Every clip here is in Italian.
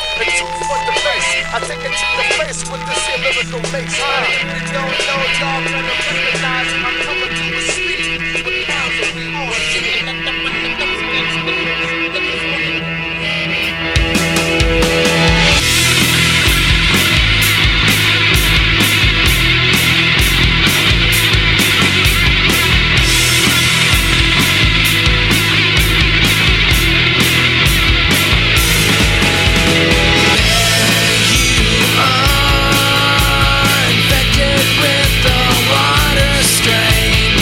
and two for the bass. I take it to the face with this here lyrical bass. If you don't know, y'all better recognize I'm coming to the street with pounds of weed. With the water strain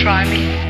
try me?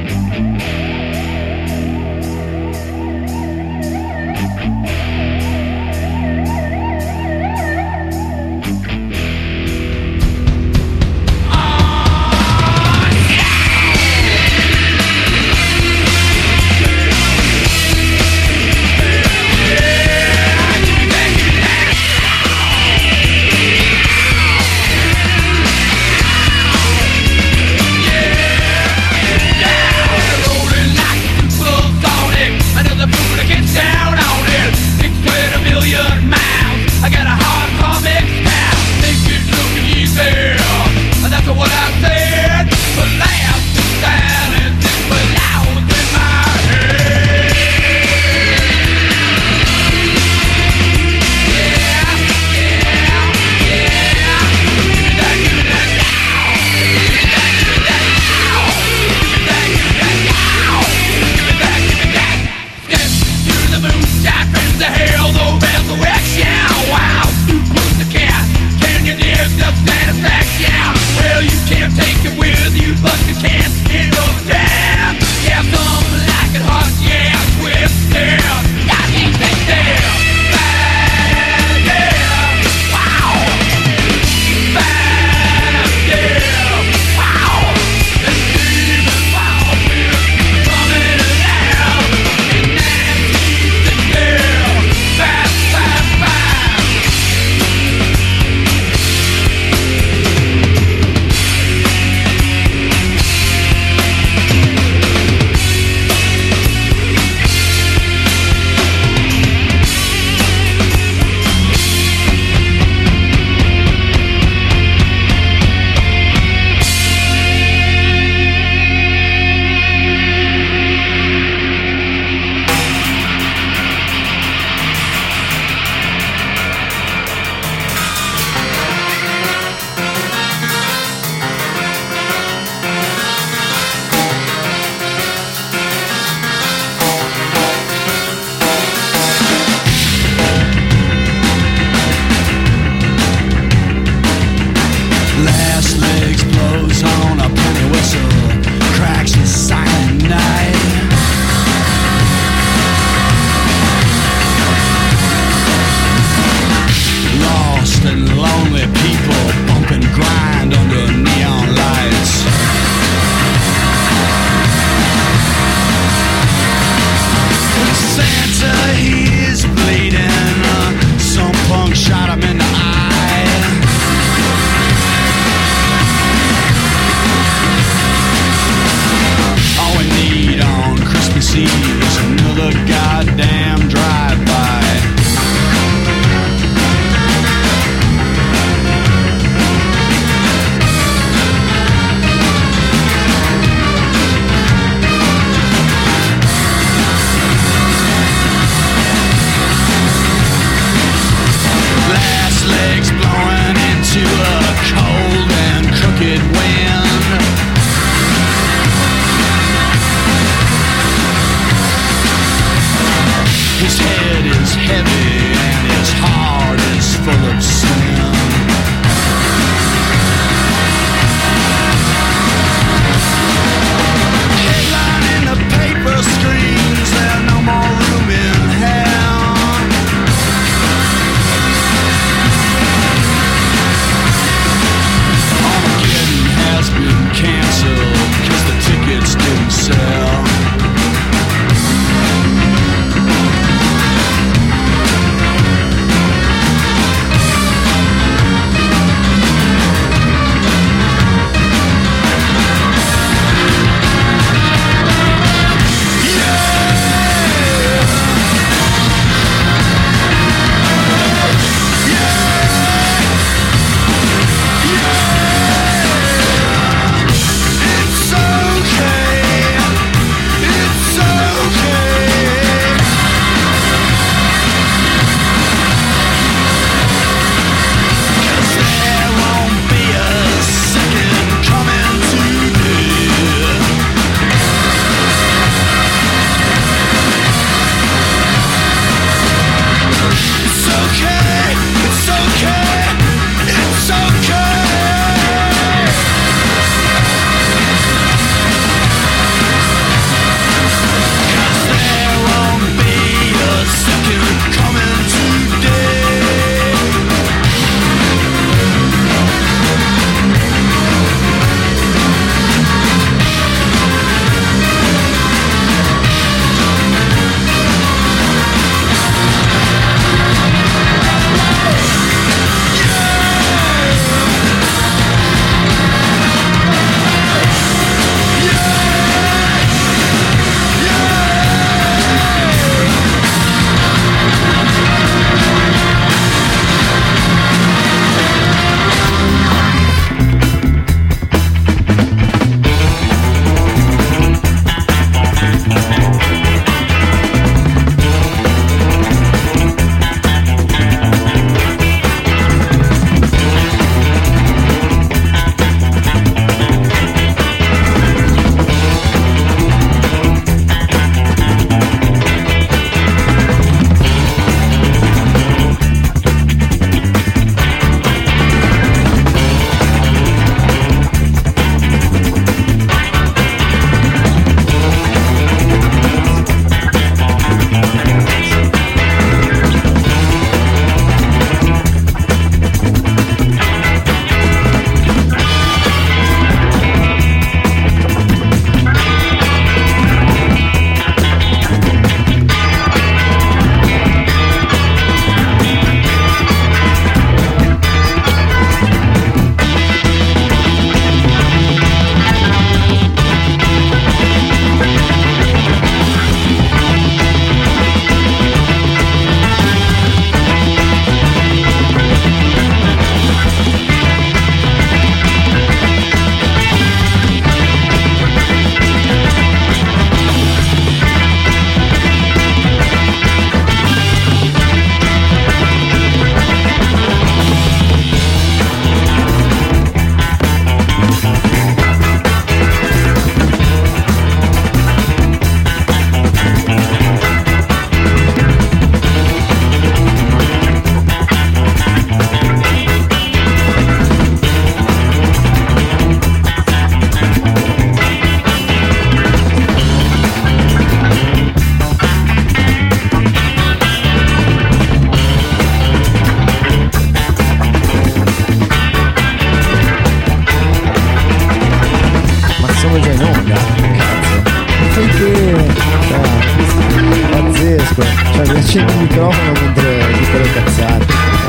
Esatto, cioè mi accendo il microfono mentre dico le cazzate.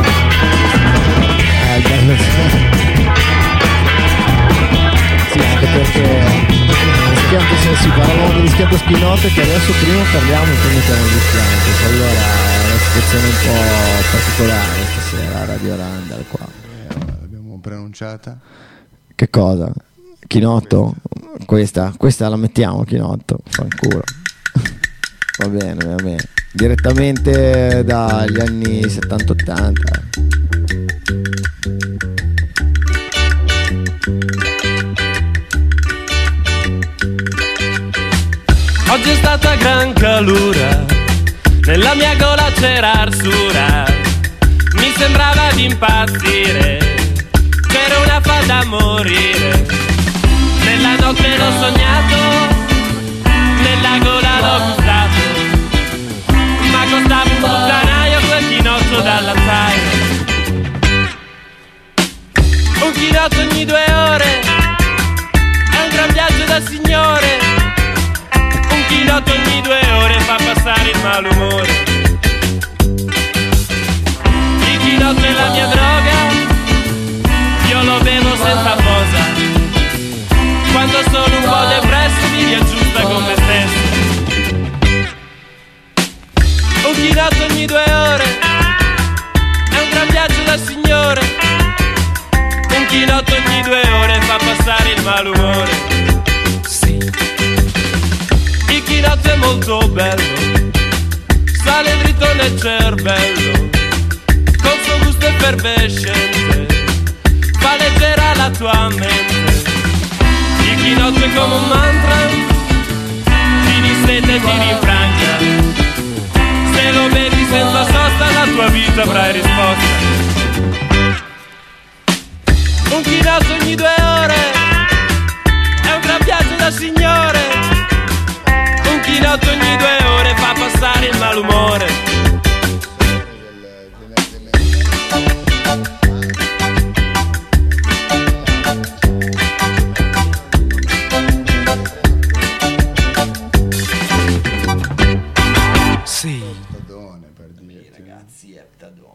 Il bello. Sì, anche perché rischiante, se si parlavamo di rischiante spinote, che adesso prima parliamo e poi mettiamo il rischiante. Allora è una situazione un po' particolare stasera a Radio Randall qua. L'abbiamo preannunciata. Che cosa? Chinotto? Questa la mettiamo, Chinotto, fanculo. Va bene. Direttamente dagli anni 70-80. Oggi è stata gran calura, nella mia gola c'era arsura, mi sembrava di impazzire, c'era una fa da morire, nella notte l'ho sognato, nella gola l'ho gustato, ma costava un puttanaio quel chinotto dalla zaino. Un chinotto ogni 2 ore, è un gran viaggio da signore. Un chinotto ogni 2 ore fa passare il malumore. Il chinotto è la mia droga, io lo bevo senza posa. Quando sono un po' depresso mi riaggiusta con me stesso. Un chinotto ogni 2 ore, è un gran viaggio da signore. Un chinotto ogni 2 ore fa passare il malumore. Il chinotto è molto bello, sale dritto nel cervello, col suo gusto effervescente, fa leggera la tua mente. Il chinotto è come un mantra, ti distende e ti rinfranca. Se lo bevi senza sosta la tua vita avrai risposta. Un chinotto ogni 2 ore, è un gran viaggio da signore. Un chinotto ogni 2 ore fa passare il malumore. Sì. Eptadone, per dirti. Ragazzi, Eptadone.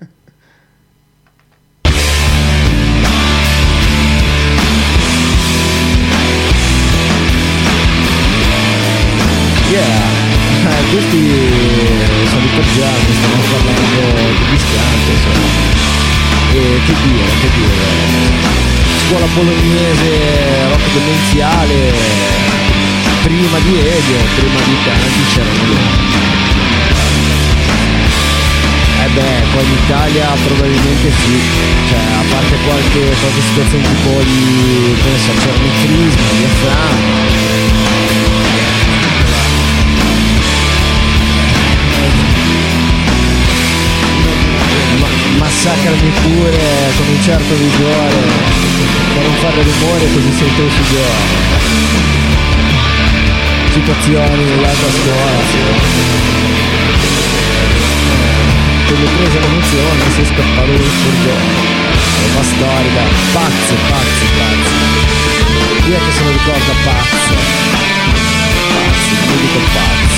Questi sono i poggiani, stiamo parlando di rischiante, insomma. E che dire, scuola bolognese, rock demenziale, prima di Elio, prima di tanti c'erano loro. Poi in Italia probabilmente sì, cioè a parte qualche situazione tipo di, come so, cernicrismo, diaframma. Massacrami pure con un certo vigore per non fare rumore così sento il sudore. Situazioni legate a scuola, con le prese l'emozione sei scappato del furgone. Roba storica, pazzi. Chi è che se lo ricorda pazzo? Io dico pazzi.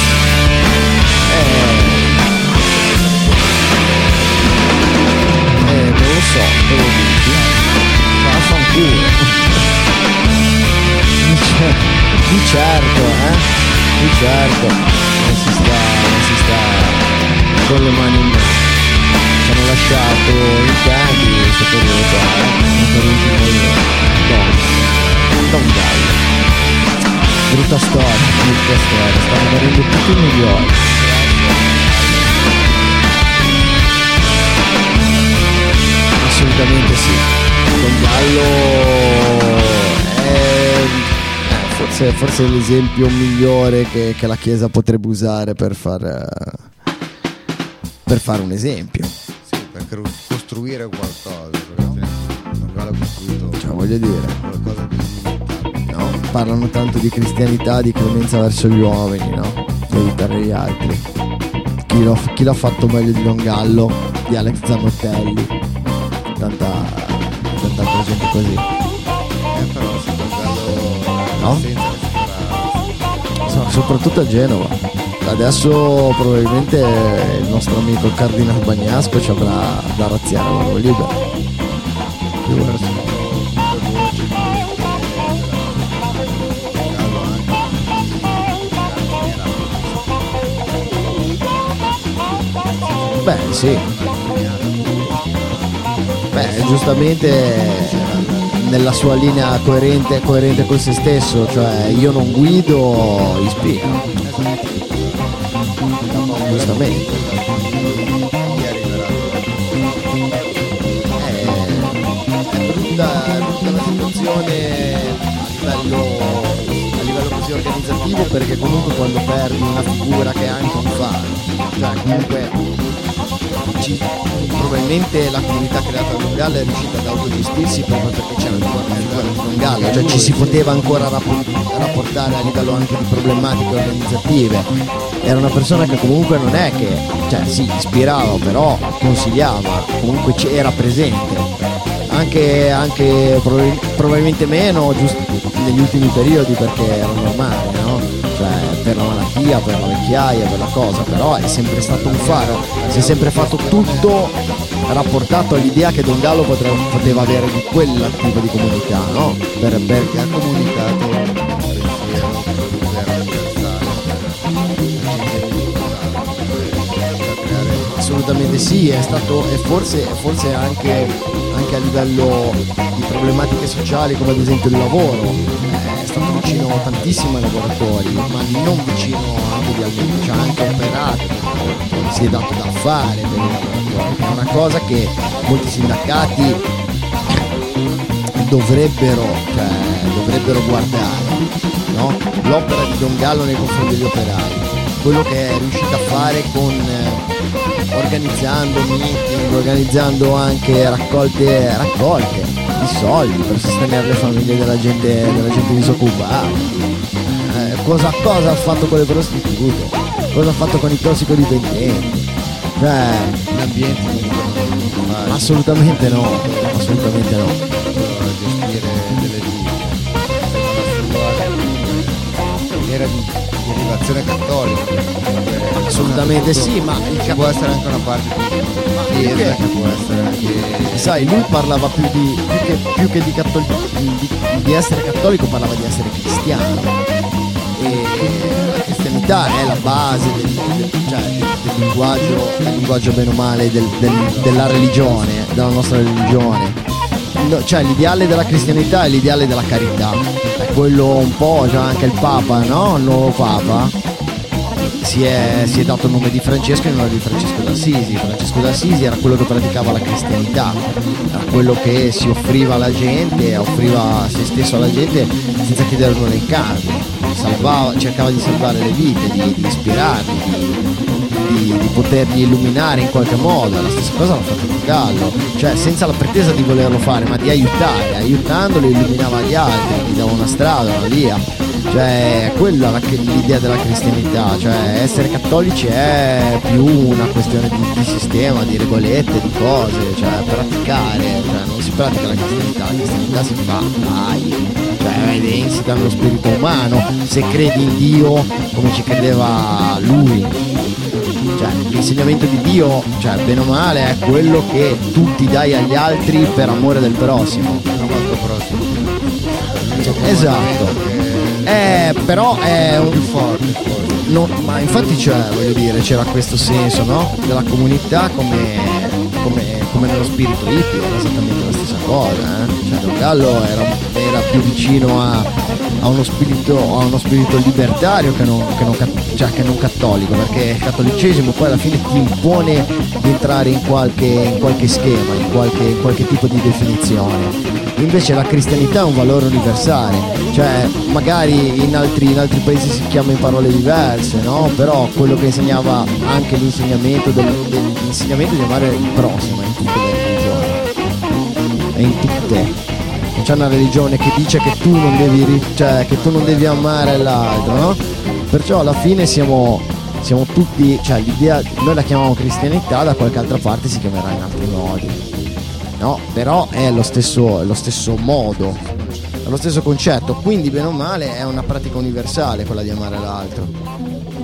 Non lo so, te lo dici. Ma fanculo. Di certo. Non si sta con le mani in mano. Ci hanno lasciato in tanti questo periodo qua, per l'ultimo Don Gallo. Brutta storia, stanno venendo tutti i migliori. Assolutamente sì. Don Gallo è forse l'esempio migliore che la Chiesa potrebbe usare per fare un esempio. Sì, per costruire qualcosa, perché Don Gallo ha costruito, cioè, voglio dire, qualcosa di inimitabile. no? Parlano tanto di cristianità, di clemenza verso gli uomini, no? Di aiutare gli altri. Chi l'ha fatto meglio di Don Gallo, di Alex Zanottelli, tanta altra gente così. Però se Don Gallo No? senza Soprattutto a Genova. Adesso probabilmente il nostro amico Cardinal Bagnasco ci avrà da razziare la lingua libera. Più verso voci, Beh, sì. Beh, giustamente nella sua linea coerente con se stesso, cioè io non guido, ispiro. Giustamente. È brutta la situazione a livello così organizzativo, perché comunque quando perdi una figura che è anche un faro, cioè comunque probabilmente la comunità creata da Don Gallo è riuscita ad autogestirsi proprio perché c'era ancora la figura di Don Gallo, cioè ci si poteva ancora rapportare a livello anche di problematiche organizzative. Era una persona che comunque non è che, cioè sì, ispirava, però consigliava, comunque era presente. Anche probabilmente meno giusto negli ultimi periodi, perché era normale, no? Cioè per la malattia, per la vecchiaia, per la cosa, però è sempre stato un faro, si è sempre fatto tutto rapportato all'idea che Don Gallo poteva avere di quel tipo di comunità, no? perché ha comunicato un pensiero universale, assolutamente sì, è stato, e forse anche a livello di problematiche sociali, come ad esempio il lavoro, è stato vicino tantissimo ai lavoratori, ma non vicino anche idealmente, cioè anche operato, si è dato da fare per i lavoratori. È una cosa che molti sindacati dovrebbero guardare, no? L'opera di Don Gallo nei confronti degli operai, quello che è riuscito a fare organizzando meeting, organizzando anche raccolte di soldi per sostenere le famiglie della gente disoccupata. Cosa ha fatto con le prostitute? Cosa ha fatto con i tossicodipendenti? Cioè, l'ambiente comunque non assolutamente no. gestire delle vite. Era di derivazione cattolica. Assolutamente sì, ma ci può essere anche una parte di chiesa, che può essere anche... Sai, lui parlava più che di essere cattolico, parlava di essere cristiano. E la cristianità è la base del linguaggio bene o male della religione, della nostra religione. Cioè l'ideale della cristianità è l'ideale della carità. È quello un po', già anche il Papa, no? Il nuovo Papa si è dato il nome di Francesco in onore di Francesco d'Assisi. Francesco d'Assisi era quello che praticava la cristianità, era quello che si offriva alla gente, offriva se stesso alla gente senza chiedere nulla in cambio, cercava di salvare le vite, di ispirarli, di poterli illuminare in qualche modo. La stessa cosa l'ha fatto Don Gallo, cioè senza la pretesa di volerlo fare, ma di aiutandoli illuminava gli altri, gli dava una strada, una via. Cioè quella l'idea della cristianità, cioè essere cattolici è più una questione di sistema, di regolette, di cose, cioè praticare, cioè non si pratica la cristianità si fa, cioè è insita nello spirito umano, se credi in Dio come ci credeva lui. Cioè l'insegnamento di Dio, cioè bene o male, è quello che tu ti dai agli altri per amore del prossimo. Esatto. Però è un più forte forse. No, ma infatti voglio dire, c'era questo senso, no? Della comunità come nello spirito hippie, era esattamente la stessa cosa, Cioè Don Gallo era più vicino a uno spirito libertario che non cattolico, perché il cattolicesimo poi alla fine ti impone di entrare in qualche schema, in qualche tipo di definizione. Invece la cristianità è un valore universale, cioè magari in altri paesi si chiama in parole diverse, no? Però quello che insegnava anche l'insegnamento di amare il prossimo in tutte le religioni, e in tutte. Non c'è una religione che dice che tu non devi amare l'altro, no? Perciò alla fine siamo tutti, cioè l'idea, noi la chiamiamo cristianità, da qualche altra parte si chiamerà in altri modi. No, però è lo stesso modo, è lo stesso concetto, quindi bene o male è una pratica universale quella di amare l'altro. E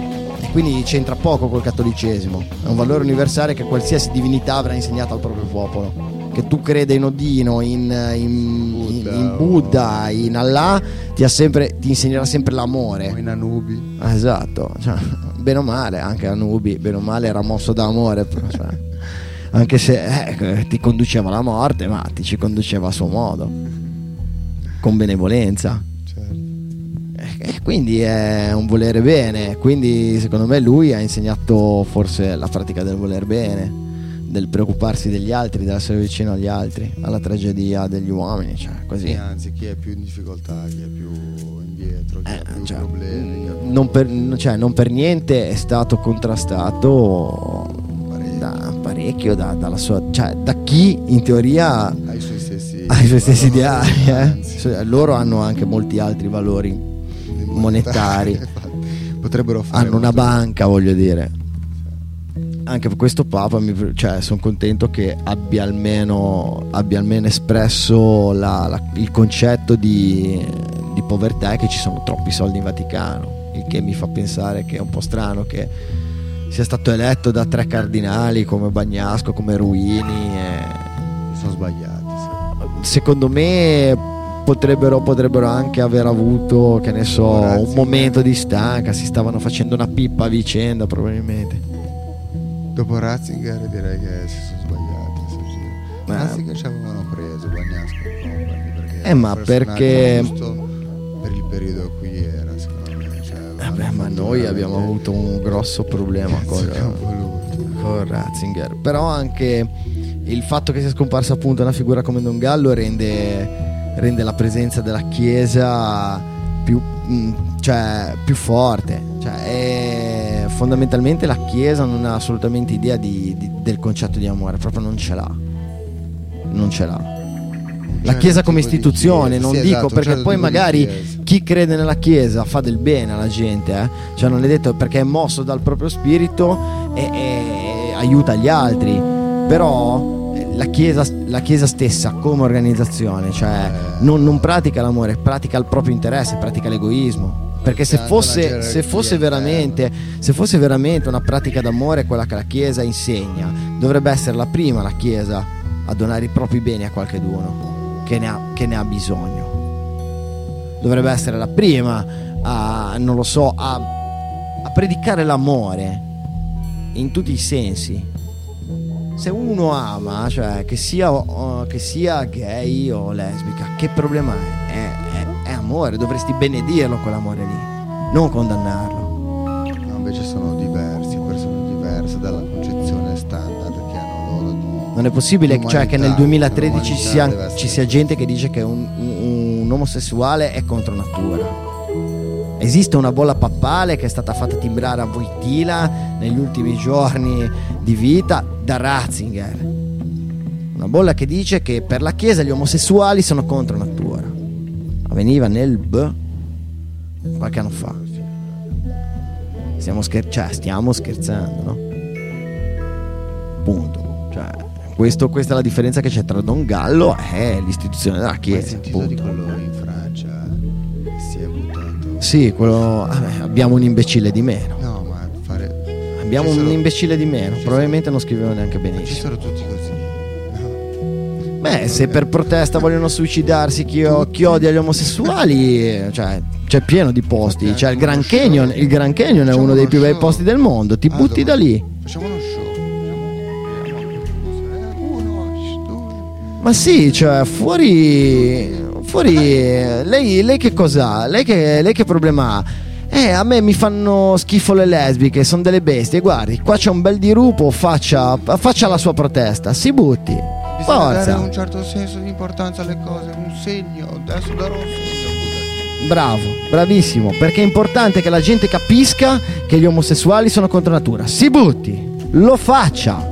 quindi c'entra poco col cattolicesimo. È un valore universale che qualsiasi divinità avrà insegnato al proprio popolo. Che tu creda in Odino, in Buddha, in Allah, ti insegnerà sempre l'amore. O in Anubi. Esatto, cioè, bene o male, anche Anubi, bene o male era mosso da amore, però, cioè, anche se ti conduceva alla morte, ma ti ci conduceva a suo modo, con benevolenza. E quindi è un volere bene, quindi secondo me lui ha insegnato forse la pratica del voler bene, del preoccuparsi degli altri, dell'essere vicino agli altri, alla tragedia degli uomini, cioè così. E anzi, chi è più in difficoltà, chi è più indietro, chi ha più cioè, problemi. Non per niente è stato contrastato parecchio dalla sua, cioè da chi in teoria ha i suoi stessi ideali, loro hanno anche molti altri valori monetari, potrebbero fare, hanno una banca, voglio dire. Anche per questo Papa sono contento che abbia almeno espresso il concetto di povertà, e che ci sono troppi soldi in Vaticano, il che mi fa pensare che è un po' strano che sia stato eletto da 3 cardinali come Bagnasco, come Ruini, sono sbagliati. Secondo me potrebbero anche aver avuto, che ne so, un momento di stanca, si stavano facendo una pippa a vicenda probabilmente. Dopo Ratzinger direi che si sono sbagliati. Ratzinger ci avevano preso Bagnasco e compagni, ma perché giusto per il periodo in cui era, secondo me, ma noi abbiamo avuto un grosso problema con Ratzinger. Però anche il fatto che sia scomparsa appunto una figura come Don Gallo rende la presenza della Chiesa più forte, cioè fondamentalmente la Chiesa non ha assolutamente idea del concetto di amore, proprio non ce l'ha. La Chiesa come istituzione, non dico, esatto, perché poi magari chi crede nella Chiesa fa del bene alla gente, cioè non è detto, perché è mosso dal proprio spirito e aiuta gli altri, però la Chiesa stessa come organizzazione, cioè non pratica l'amore, pratica il proprio interesse, pratica l'egoismo. Perché se fosse veramente una pratica d'amore quella che la Chiesa insegna, dovrebbe essere la prima la Chiesa a donare i propri beni a qualcheduno che ne ha bisogno. Dovrebbe essere la prima a predicare l'amore in tutti i sensi. Se uno ama, cioè che sia gay o lesbica, che problema è amore, dovresti benedirlo quell'amore lì, non condannarlo. No, invece sono persone diverse dalla concezione standard che hanno loro. Non è possibile, cioè, che nel 2013 ci sia gente che dice che un omosessuale è contro natura. Esiste una bolla pappale che è stata fatta timbrare a Wojtyla negli ultimi giorni di vita da Ratzinger. Una bolla che dice che per la Chiesa gli omosessuali sono contro natura. Avveniva nel qualche anno fa. Stiamo scherzando, no? Punto. Cioè, questa è la differenza che c'è tra Don Gallo e l'istituzione della Chiesa. Hai sentito punto. di quello in Francia che si è buttato? Sì, abbiamo un imbecille di meno. No, ma abbiamo un imbecille di meno. Probabilmente non scriveva neanche benissimo. Ci sono tutti così. Beh, se per protesta vogliono suicidarsi chi odia gli omosessuali, cioè c'è pieno di posti. Cioè il Grand Canyon è uno dei più bei posti del mondo. Ti butti da lì. Facciamo uno show. Ma sì, cioè fuori lei che cos'ha? Lei che problema ha? A me mi fanno schifo le lesbiche, sono delle bestie. Guardi, qua c'è un bel dirupo, faccia la sua protesta, si butti. Bisogna Forza. dare un certo senso di importanza alle cose, un segno, adesso da rosso. Bravo, bravissimo, perché è importante che la gente capisca che gli omosessuali sono contro natura. Si butti, lo faccia,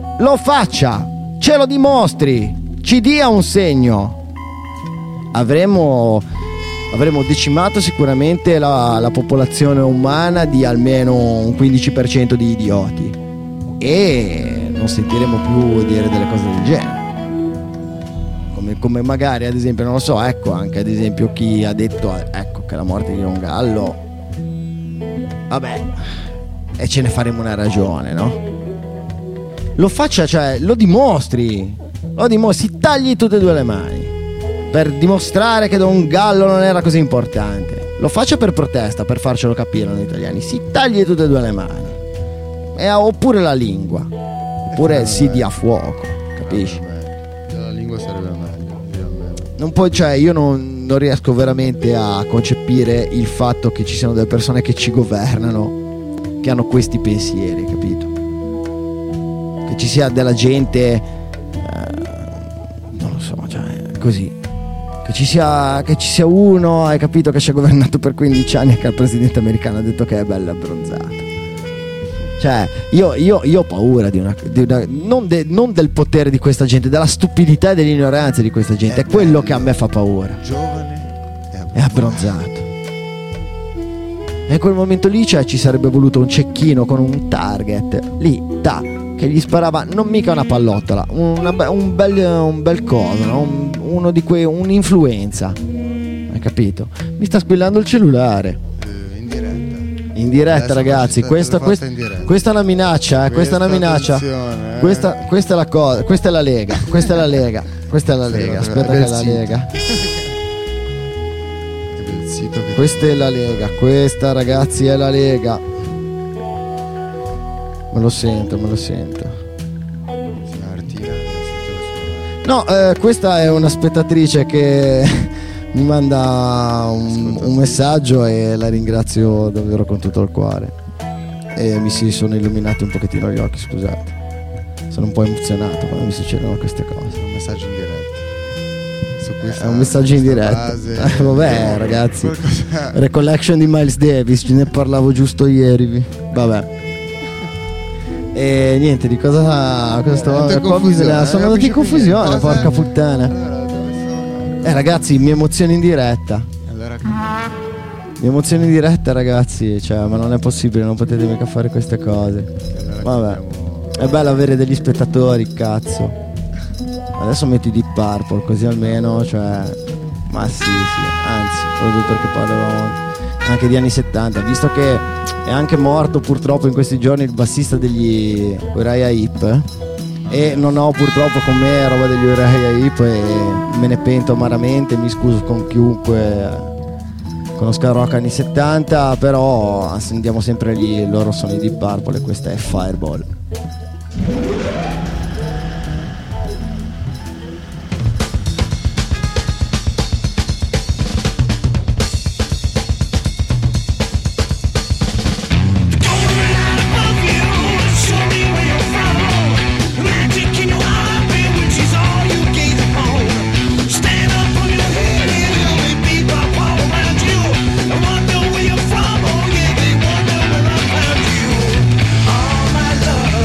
ce lo dimostri, ci dia un segno. Avremo decimato sicuramente la popolazione umana di almeno un 15% di idioti e non sentiremo più dire delle cose del genere. Come magari, ad esempio, non lo so, ecco, anche ad esempio chi ha detto che la morte di Don Gallo, vabbè, e ce ne faremo una ragione, no? Lo faccia, cioè lo dimostri, si tagli tutte e due le mani per dimostrare che Don Gallo non era così importante. Lo faccia per protesta, per farcelo capire agli italiani, si tagli tutte e due le mani, oppure la lingua, oppure si dia fuoco, capisci? La lingua sarebbe meglio, non puoi, cioè io non riesco veramente a concepire il fatto che ci siano delle persone che ci governano che hanno questi pensieri, capito? Che ci sia della gente non lo so, cioè così, che ci sia uno, hai capito, che ci ha governato per 15 anni e che il presidente americano ha detto che è bello abbronzato. Cioè io ho paura non del potere di questa gente, della stupidità e dell'ignoranza di questa gente. È quello che a me fa paura. Giovane è abbronzato. E in quel momento lì, cioè, ci sarebbe voluto un cecchino con un target lì, che gli sparava non mica una pallottola, un bel coso, no? Un'influenza. Hai capito? Mi sta squillando il cellulare. In diretta, adesso ragazzi, questa è una minaccia, questa è una minaccia. Questa è la cosa, questa è la Lega, questa è la Lega, questa è la Lega. Aspetta che è la Lega. Questa è la Lega, questa ragazzi è la Lega. Me lo sento. No, questa è una spettatrice che mi manda un messaggio e la ringrazio davvero con tutto il cuore. E mi si sono illuminati un pochettino gli occhi, scusate. Sono un po' emozionato quando mi succedono queste cose. Un messaggio in diretta. È un messaggio in diretta. Vabbè, ragazzi. Recollection di Miles Davis, ne parlavo giusto ieri. Vabbè. E niente, di cosa stavo sono andato in confusione, porca puttana. Ragazzi, mi emoziono in diretta. Mi emoziono in diretta, ragazzi. Cioè, ma non è possibile, non potete mica fare queste cose. Vabbè. È bello avere degli spettatori, cazzo. Adesso metti Deep Purple, così almeno, cioè. Ma sì, anzi, proprio perché parlavamo anche di anni 70, visto che è anche morto purtroppo in questi giorni il bassista degli Uriah Heep. E non ho purtroppo con me roba degli Uriah Heep e me ne pento amaramente, mi scuso con chiunque conosca il rock anni 70, però andiamo sempre lì, loro sono i Deep Purple e questa è Fireball. All my love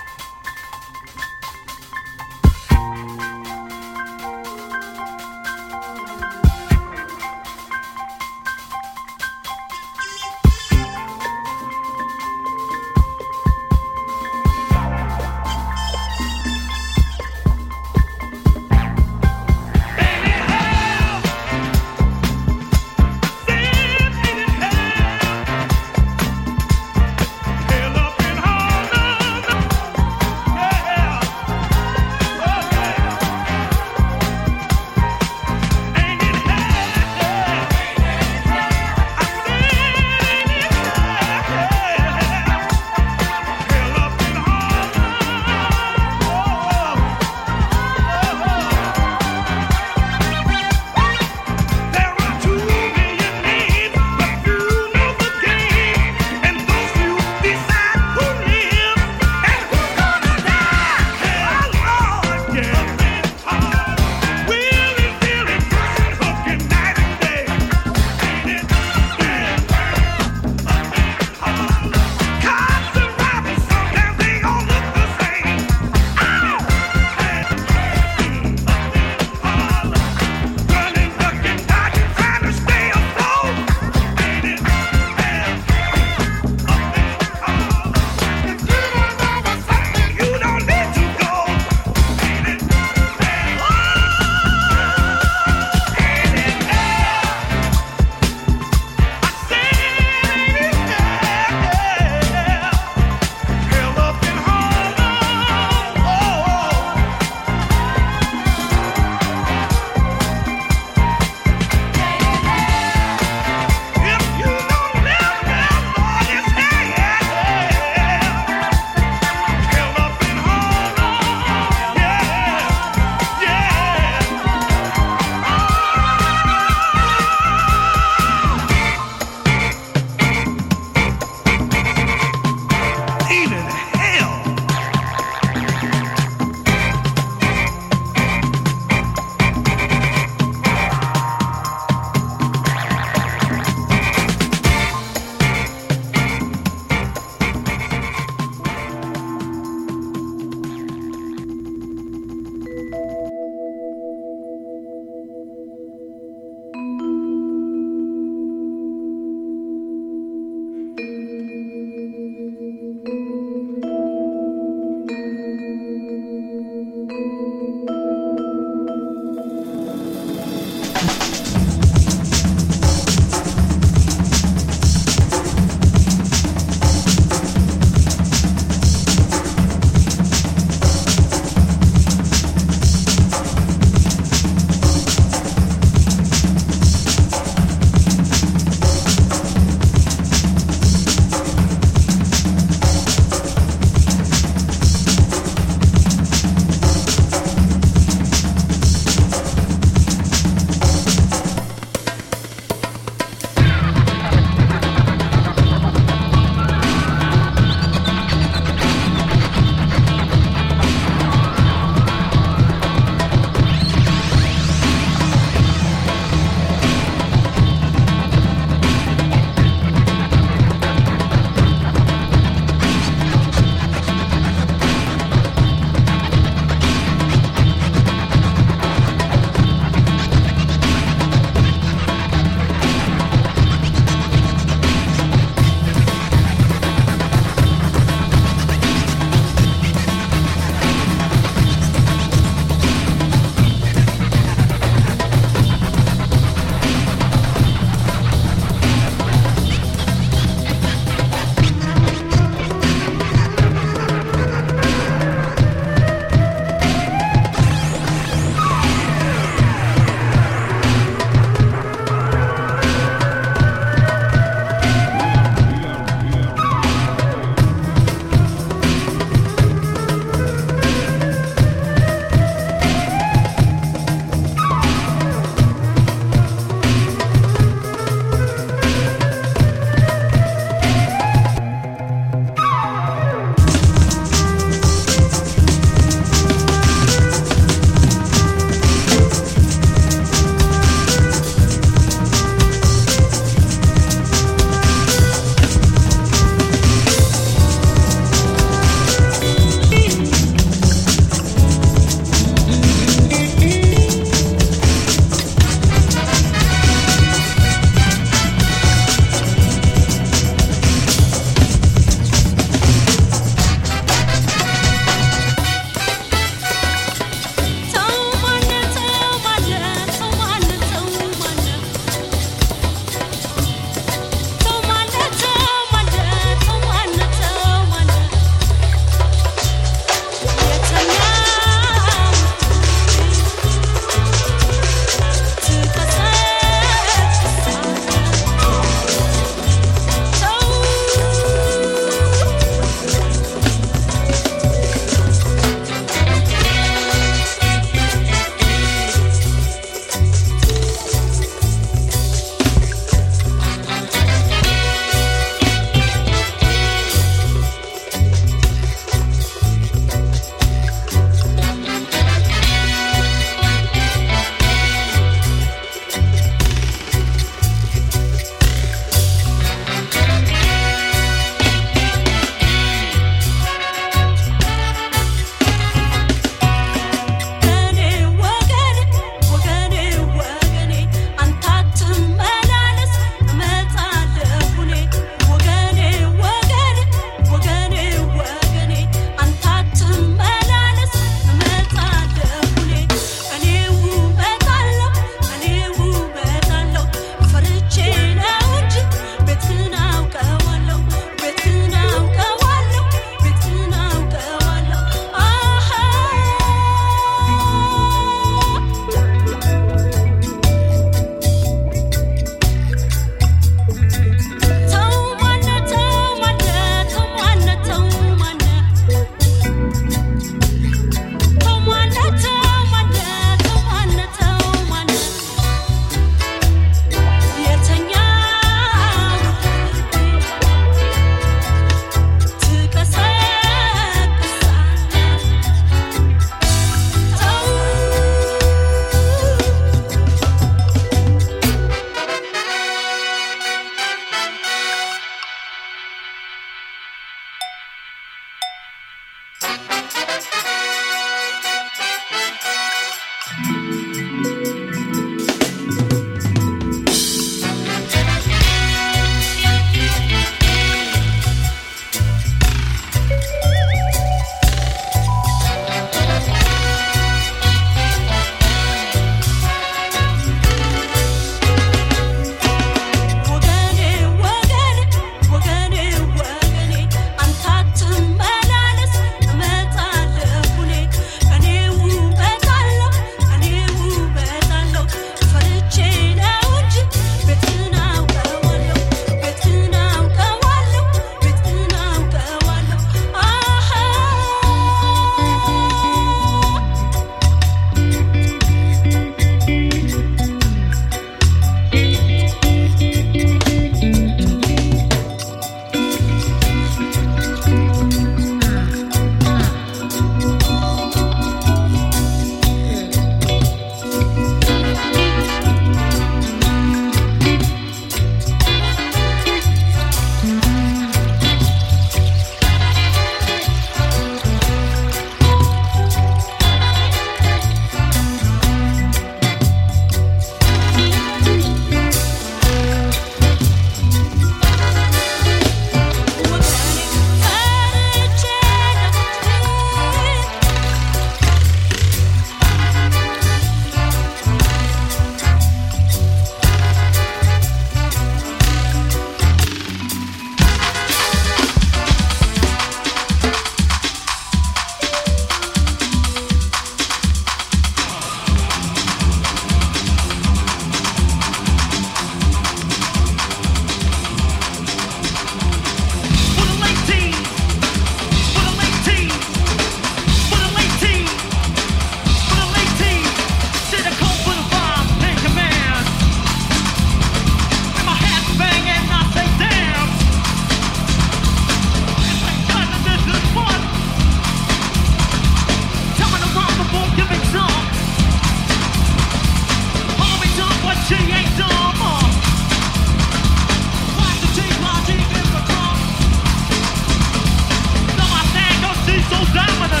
she's so dominant.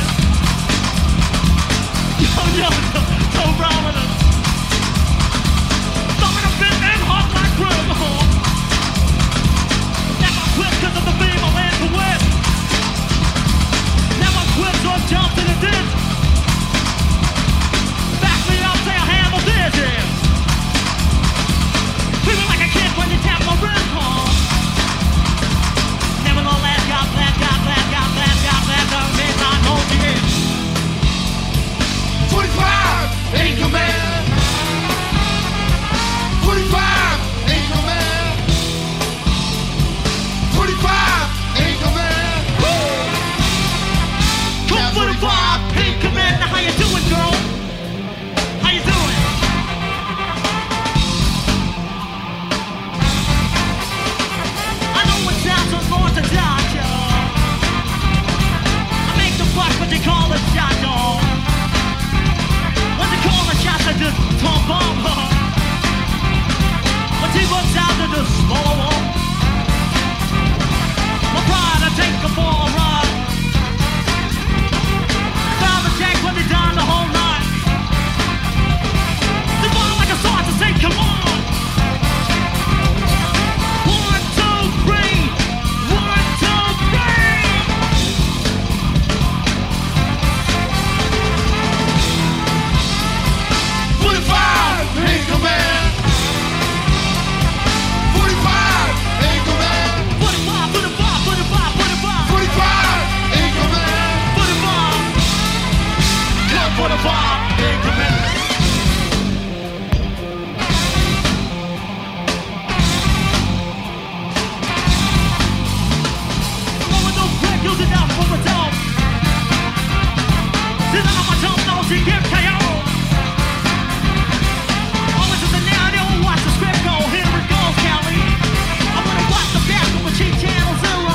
Yo, so prominent. Thumbing a bit and hot like criminal. Never quit 'cause of the beam I land to win. Never quit so I jumped in the ditch. Back me up, say I handle this, yeah. Feeling like a kid when you tap my wrist, huh? Nevertheless, God bless, God bless, God bless, God bless, God bless, I know the end. 45 ain't your man. 45 ain't your man. 45 ain't your man. Come 45, hey Commander, how you doing, girl? How you doing? I know it sounds unorthodox, y'all. I make the buck, but they call it shot, y'all. When they call the shots, I just tom bomb, huh? When T-Buck's out to the smaller one. My pride, I take them for a ride. Found the jack when they down the whole night. They fall like a sword to say, come on. 1, 2, 3. 1, 2, 3. 45 ain't your man. 45 ain't your man. 45, 45, 45, 45. 45 ain't your man. 45. Club 45 ain't your man. Blowing those quick, using out for the dog. Sitting on my tongue, no, she get KO. Always in the narrative, watch the script go. Here it goes, Kelly. I'm gonna watch the back of a cheap channel 0.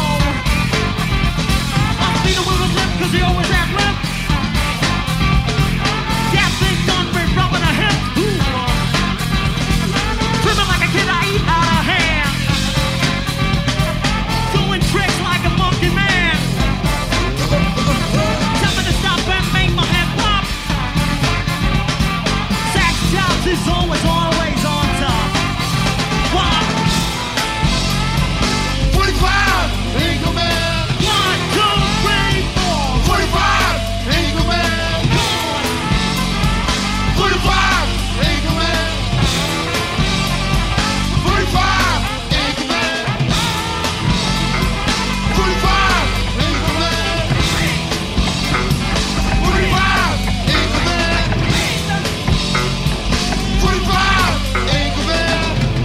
I'll be the little lip, 'cause he always have lip. That thing done been rubbing a hip. Ooh. Tripping like a kid, I eat out of hand. Doing tricks like a monkey man. Tell me to stop and make my head pop. Sax Jobs is always on top. What? 45 ain't your man. 1, 2, 3, 4. 45 ain't your man. 45 ain't your man. 45 ain't your man. 45 ain't your man. 45 ain't your man. 45 ain't your man.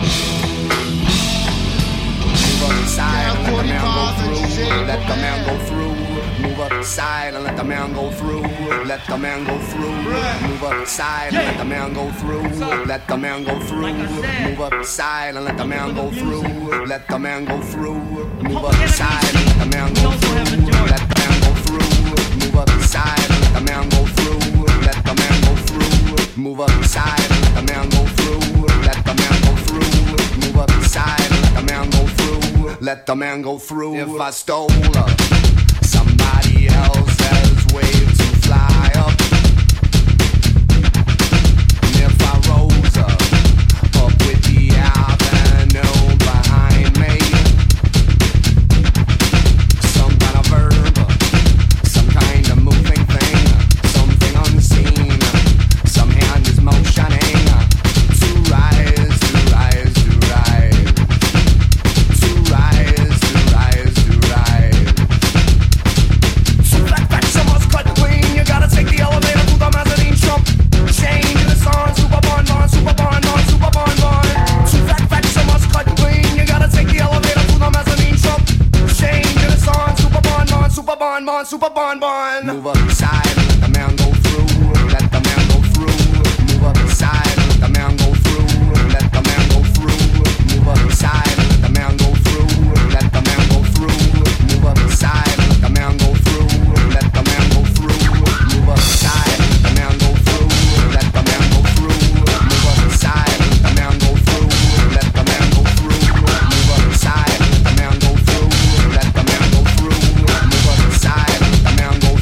Move up the side and let the man go 45 through. ain't your Let the man man. go through. Move up the side and let the man go through. Let the man go through. Move up the side and let the man go through. Let the man go through. Move up the side and let the man go through. Let the man go through. Move up the side and let the man go through. Let the man go through. Move up the side and let the man go through. Let the man go through. Move up the side and let the man go through. Let the man go through. Move up the side and let the man go through. Let the man go through. If I stole somebody else's wave to fly up, and if I rose up with the avenue behind me, some kind of verb, some kind of moving thing, something unseen, some hand is motioning to rise, to rise, to rise, to rise, to rise, to rise. So that faction must cut clean. You gotta take the elevator to the mezzanine jump. Change the song, super bon bon, super bon bon, super bon bon. So that faction must cut clean. You gotta take the elevator to the mezzanine jump. Change the song, super bon bon, super bon bon, super bon bon. Move up the side, let the man go through. Let the man go through. Move up the side, let the man go through. Let the man go through. Move up the side, let the man go through. Let the man go through. Move up the side, let the man go through. Let the man go through. Move up the side, let the man go through. Let the man go through. Move up the side, let the man go through. Let the man go through. Move up the side, let the man go through. Let the man go through. Move up the side, let the man go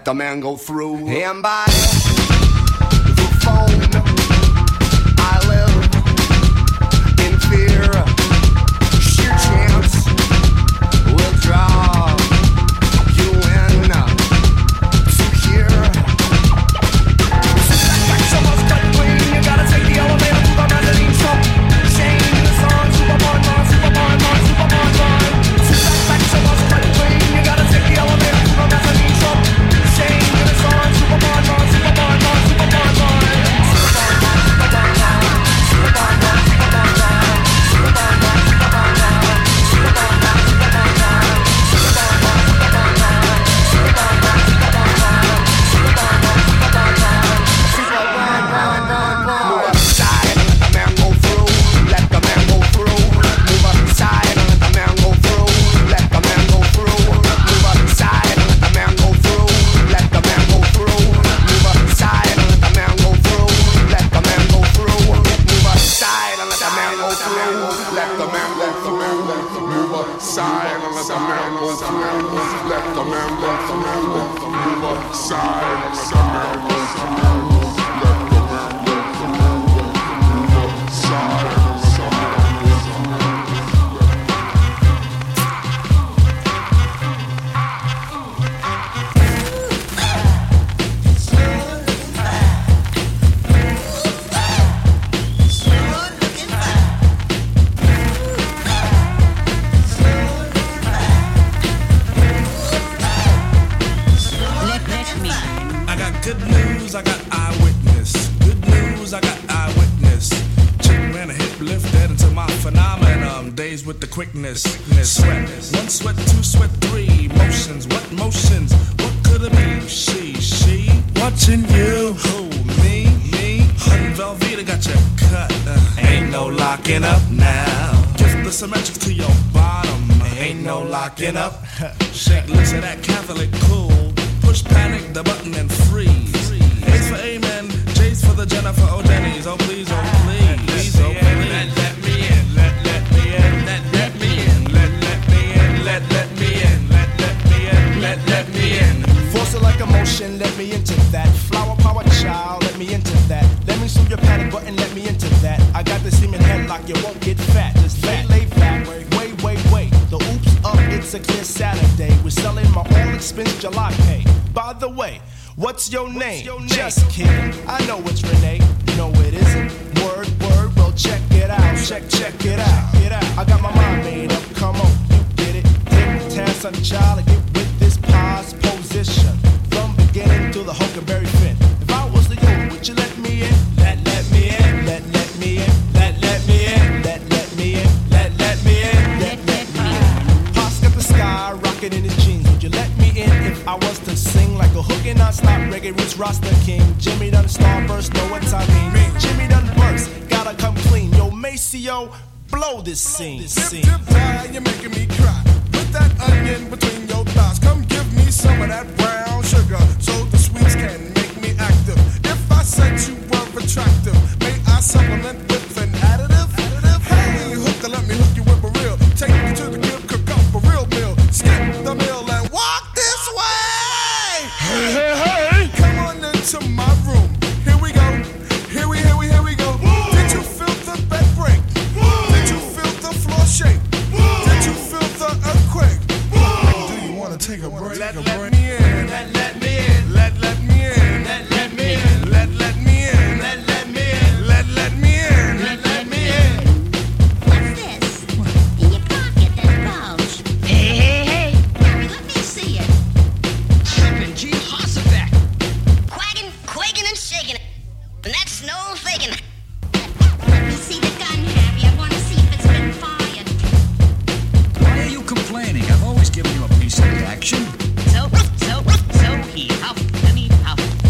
the man go through. And by the phone, I live in fear. Sheer chance will draw you in to here. Someone's cut clean, you gotta take the elevator to the mezzanine. Trump, Shane in the song, Superman, Superman, Superman. Someone's cut clean, you gotta take the elevator to the mezzanine. Trump, Shane in the song, Superman, Superman, Superman. Quickness, sweat, one sweat, two sweat, three motions. What motions? What could it be? She, watching you. Who, me? Hun Velveeta got you cut. Ain't no locking up now. Give the symmetric to your bottom. Ain't no locking up. Shake loose of that Catholic cool. Push panic, the button and freeze. A's for amen, J's for the Jennifer O'Denny's. Oh please, oh please, oh please. Let me in, let me in, let me in, let me in, let me in, let me in. Force it like a motion, let me into that. Flower power child, let me into that. Let me shoot your panic button, let me into that. I got the semen headlock, you won't get fat. Just lay back, wait. The oops up, it's a clear Saturday. We're selling my all expense jalopy. By the way, what's your name? Just kidding, I know it's Renee. No, it isn't. Word, well check it out. Check it out. I got my mind made up, come on, you get it. Take the task on the child and get with this pause position. From beginning to the Huckleberry Finn. If I was the you, would you let me in? Let me in. Let me in. Let me in. Let me in. Let me in. Pops got the sky rocking in his jeans. Would you let me in if I was to sing like a hookin' non-stop reggae roots Rasta King? Jimmy done starburst, know what I mean. Jimmy done burst, gotta come clean. Yo, Maceo, blow this scene. Dip, die, you're making me cry. Put that onion between your thighs. Come give me some of that brown sugar, so the sweets can make me active. If I said you were attractive, may I supplement with an additive? Hey, hooker, let me hook you with a reel. Take you to the crib, cook up a real meal. Skip the meal and walk this way. Hey. Come on into my room. Here we go. Here we go. Woo. Did you feel the bed break? Woo. Did you feel the floor shake? Woo. Did you feel the earthquake? Woo. Do you want to take a break? Let me in. Let me in. Let me in. Let me in. Let me in. Let me in. Let me in. Let me in. What's this? In your pocket, that bulge. Hey. Harry, let me see it. Trippin' G. Hossback. Quagging, quaking, and shaking it. And that's no faking it. Let me see the gun, Harry. I want to see if it's been fired. Why are you complaining? I've always given you a piece of the action. So he huffed and he puffed.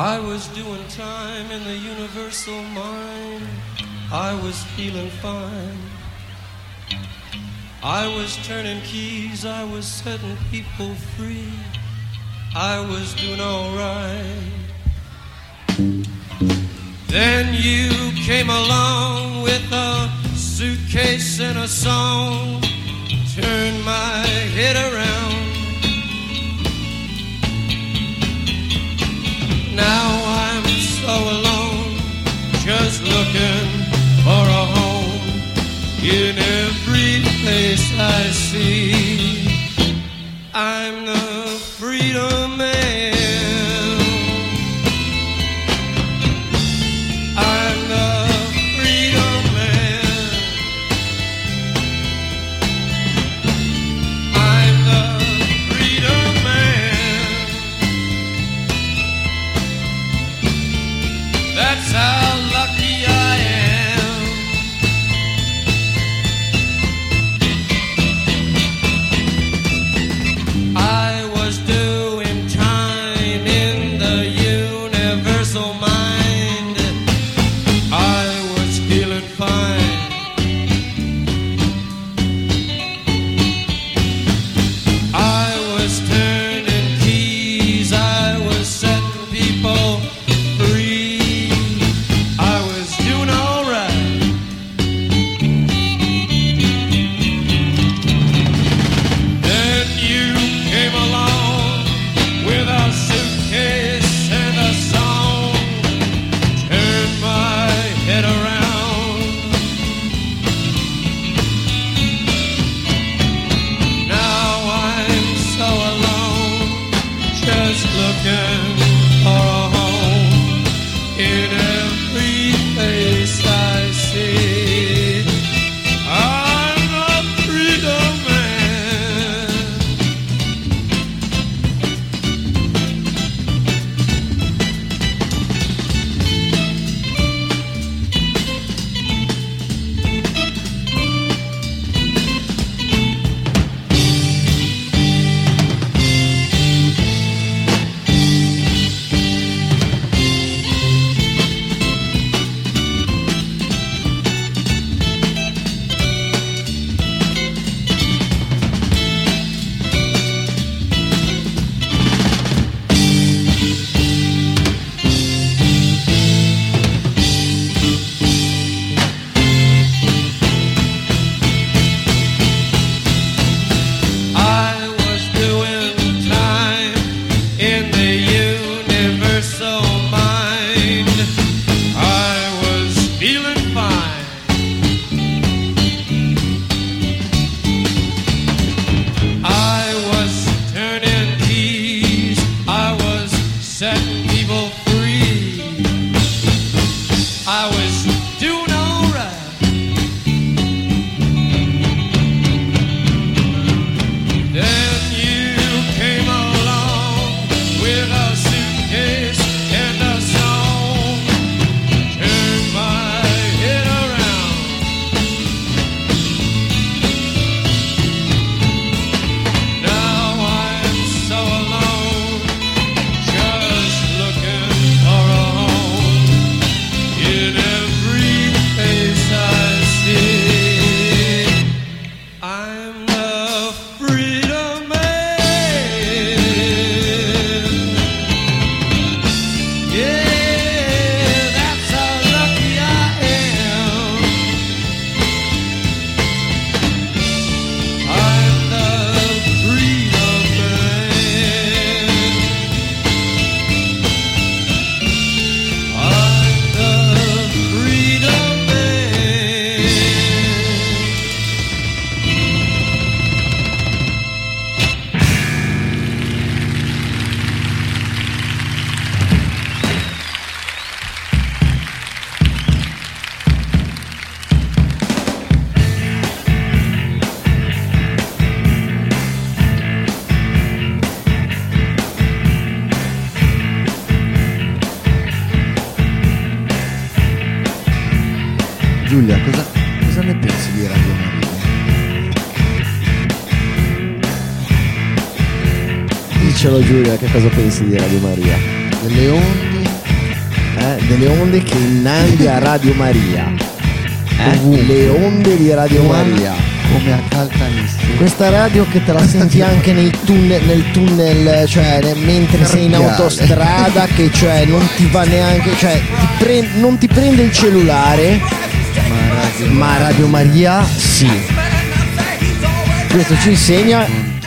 I was doing time in the universal mind. I was feeling fine. I was turning keys, I was setting people free. I was doing alright. Then you came along with a suitcase and a song. Turned my head around. Now I'm so alone, just looking for a home in every place I see. I'm the freedom man. I'm the freedom man. I'm the freedom man. That's how lucky I am. I was doing time in the universal mind. I was feeling fine. I was turning keys. I was setting people free. I was doing alright. Then you came along with a suitcase and a song. Turned my head around. Now I'm so alone, just looking for a home in every place I see. I'm a freedom man. I was doing time in the universal mind. I was feeling fine. I was turning keys. I was setting people free. I was doing alright. Then you came along with a suitcase and a song. Turned my head around. Now I'm so alone, just looking for a home in every place I see. I'm the freedom man. Yeah, that's how lucky I am. I'm the freedom man. I'm the freedom man. Giulia, cosa ne pensi di Radio Maria? Dicelo Giulia, che cosa pensi di Radio Maria? Delle onde delle onde che innandia Radio Maria. Le onde di Radio Maria. Come a Caltanissimo. Questa radio che te la senti anche nel tunnel, cioè mentre sei in autostrada, che cioè non ti va neanche, cioè non ti prende il cellulare, ma Radio Maria sì. Questo ci insegna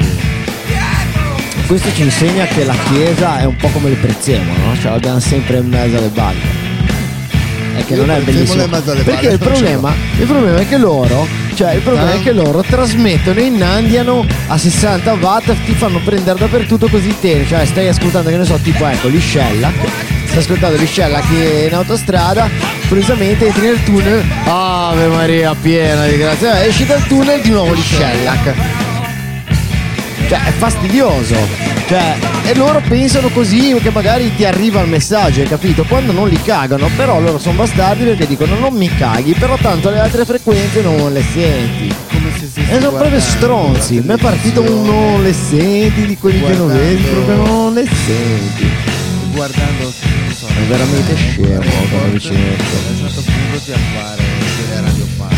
che la Chiesa è un po' come il prezzemolo, no? Cioè l'abbiamo sempre in mezzo alle balle. È che non è bellissimo. Perché il problema è che loro, trasmettono, innandiano a 60 watt, ti fanno prendere dappertutto così te, cioè stai ascoltando, che ne so, tipo ecco Liscella, stai ascoltando Liscella che è in autostrada, improvvisamente entri nel tunnel, Ave Maria piena di grazia, esci dal tunnel di nuovo Liscella. Cioè è fastidioso, cioè, e loro pensano così che magari ti arriva il messaggio, hai capito? Quando non li cagano, però loro sono bastardi perché dicono non mi caghi, però tanto le altre frequenze non le senti. E sono proprio stronzi, mi è partito un non le senti di quelli genovesi, proprio non le senti. Guardando, è veramente scemo come vicinetto. A un certo punto ti appare delle radio fan.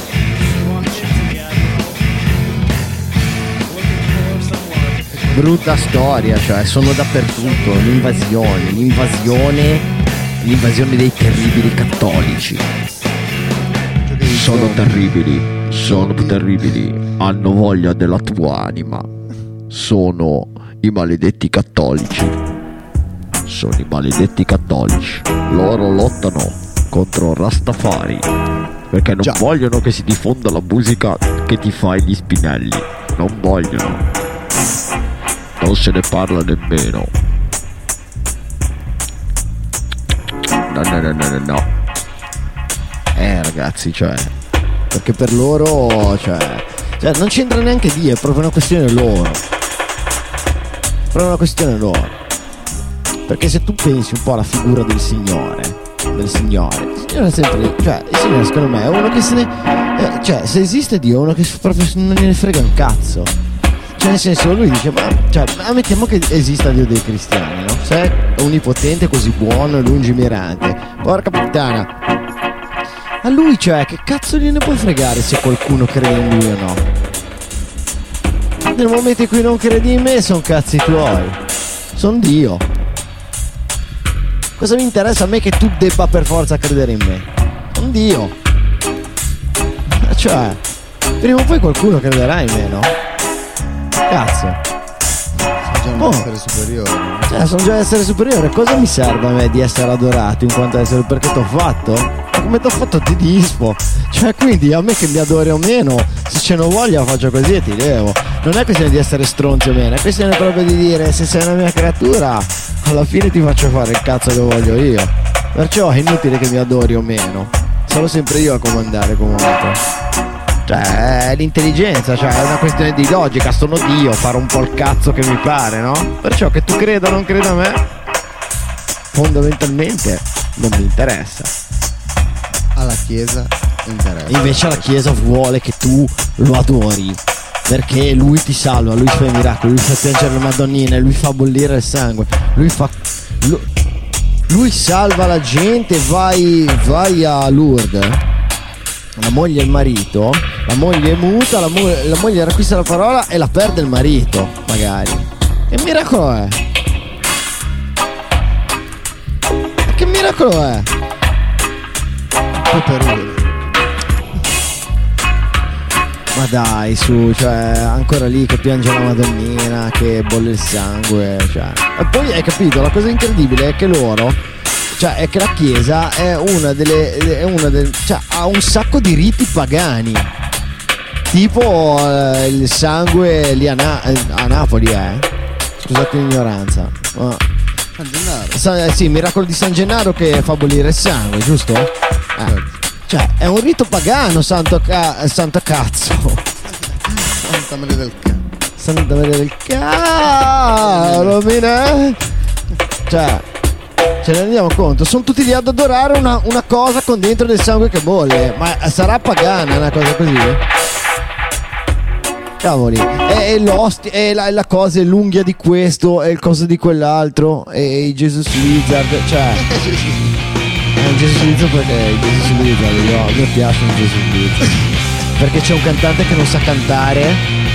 Brutta storia, cioè sono dappertutto, l'invasione dei terribili cattolici. Sono terribili, hanno voglia della tua anima. Sono i maledetti cattolici. Loro lottano contro Rastafari perché non vogliono che si diffonda la musica che ti fai gli spinelli. Non vogliono. Non se ne parla nemmeno. No. Ragazzi, cioè, perché per loro, cioè non c'entra neanche Dio, è proprio una questione loro. Perché se tu pensi un po' alla figura del Signore è sempre, cioè il Signore secondo me è uno che se ne, cioè se esiste Dio è uno che proprio non gliene frega un cazzo. Cioè nel senso, lui dice, ma ammettiamo che esista Dio dei cristiani, no? Se è onnipotente, così buono e lungimirante, porca puttana, a lui, cioè, che cazzo gliene può fregare se qualcuno crede in lui o no? Nel momento in cui non credi in me, sono cazzi tuoi, sono Dio. Cosa mi interessa a me che tu debba per forza credere in me? Sono Dio. Cioè, prima o poi qualcuno crederà in me, no? Cazzo, sono già essere superiore. Sono già essere superiore. Cosa mi serve a me di essere adorato in quanto essere? Perché t'ho fatto? Come t'ho fatto ti dispo. Cioè quindi a me che mi adori o meno, se ce n'ho voglia faccio così e ti levo. Non è questione di essere stronzi o meno, è questione proprio di dire se sei una mia creatura alla fine ti faccio fare il cazzo che voglio io. Perciò è inutile che mi adori o meno, sono sempre io a comandare comunque. Cioè, è l'intelligenza, cioè è una questione di logica, sono Dio, fare un po' il cazzo che mi pare, no? Perciò che tu creda o non creda a me, fondamentalmente non mi interessa. Alla Chiesa interessa. Invece la Chiesa vuole che tu lo adori, perché lui ti salva, lui fa i miracoli, lui fa piangere le madonnine, lui fa bollire il sangue, lui salva la gente. Vai a Lourdes, la moglie e il marito, la moglie è muta, la moglie riacquista la parola e la perde il marito, magari. Che miracolo è? Che miracolo è? Poi per ridere. Ma dai, su, cioè, ancora lì che piange la madonnina, che bolle il sangue, cioè. E poi hai capito, la cosa incredibile è che loro, cioè, è che la Chiesa è una delle cioè, ha un sacco di riti pagani. Tipo il sangue lì a Napoli, scusate l'ignoranza. San Gennaro. Sì, il miracolo di San Gennaro che fa bollire il sangue, giusto? Cioè, è un rito pagano, santo cazzo. Santa Maria del Cavolo. Santa Maria del Cavolo, cioè, ce ne rendiamo conto? Sono tutti lì ad adorare una cosa con dentro del sangue che bolle. Ma sarà pagana una cosa così? Cavoli, e l'ostia, e la cosa, e l'unghia di questo, e il coso di quell'altro, e i Jesus Wizard, cioè È un Gesù Sublizzo perché Gesù Sublizzo, a me piace un Gesù Sublizzo. Perché c'è un cantante che non sa cantare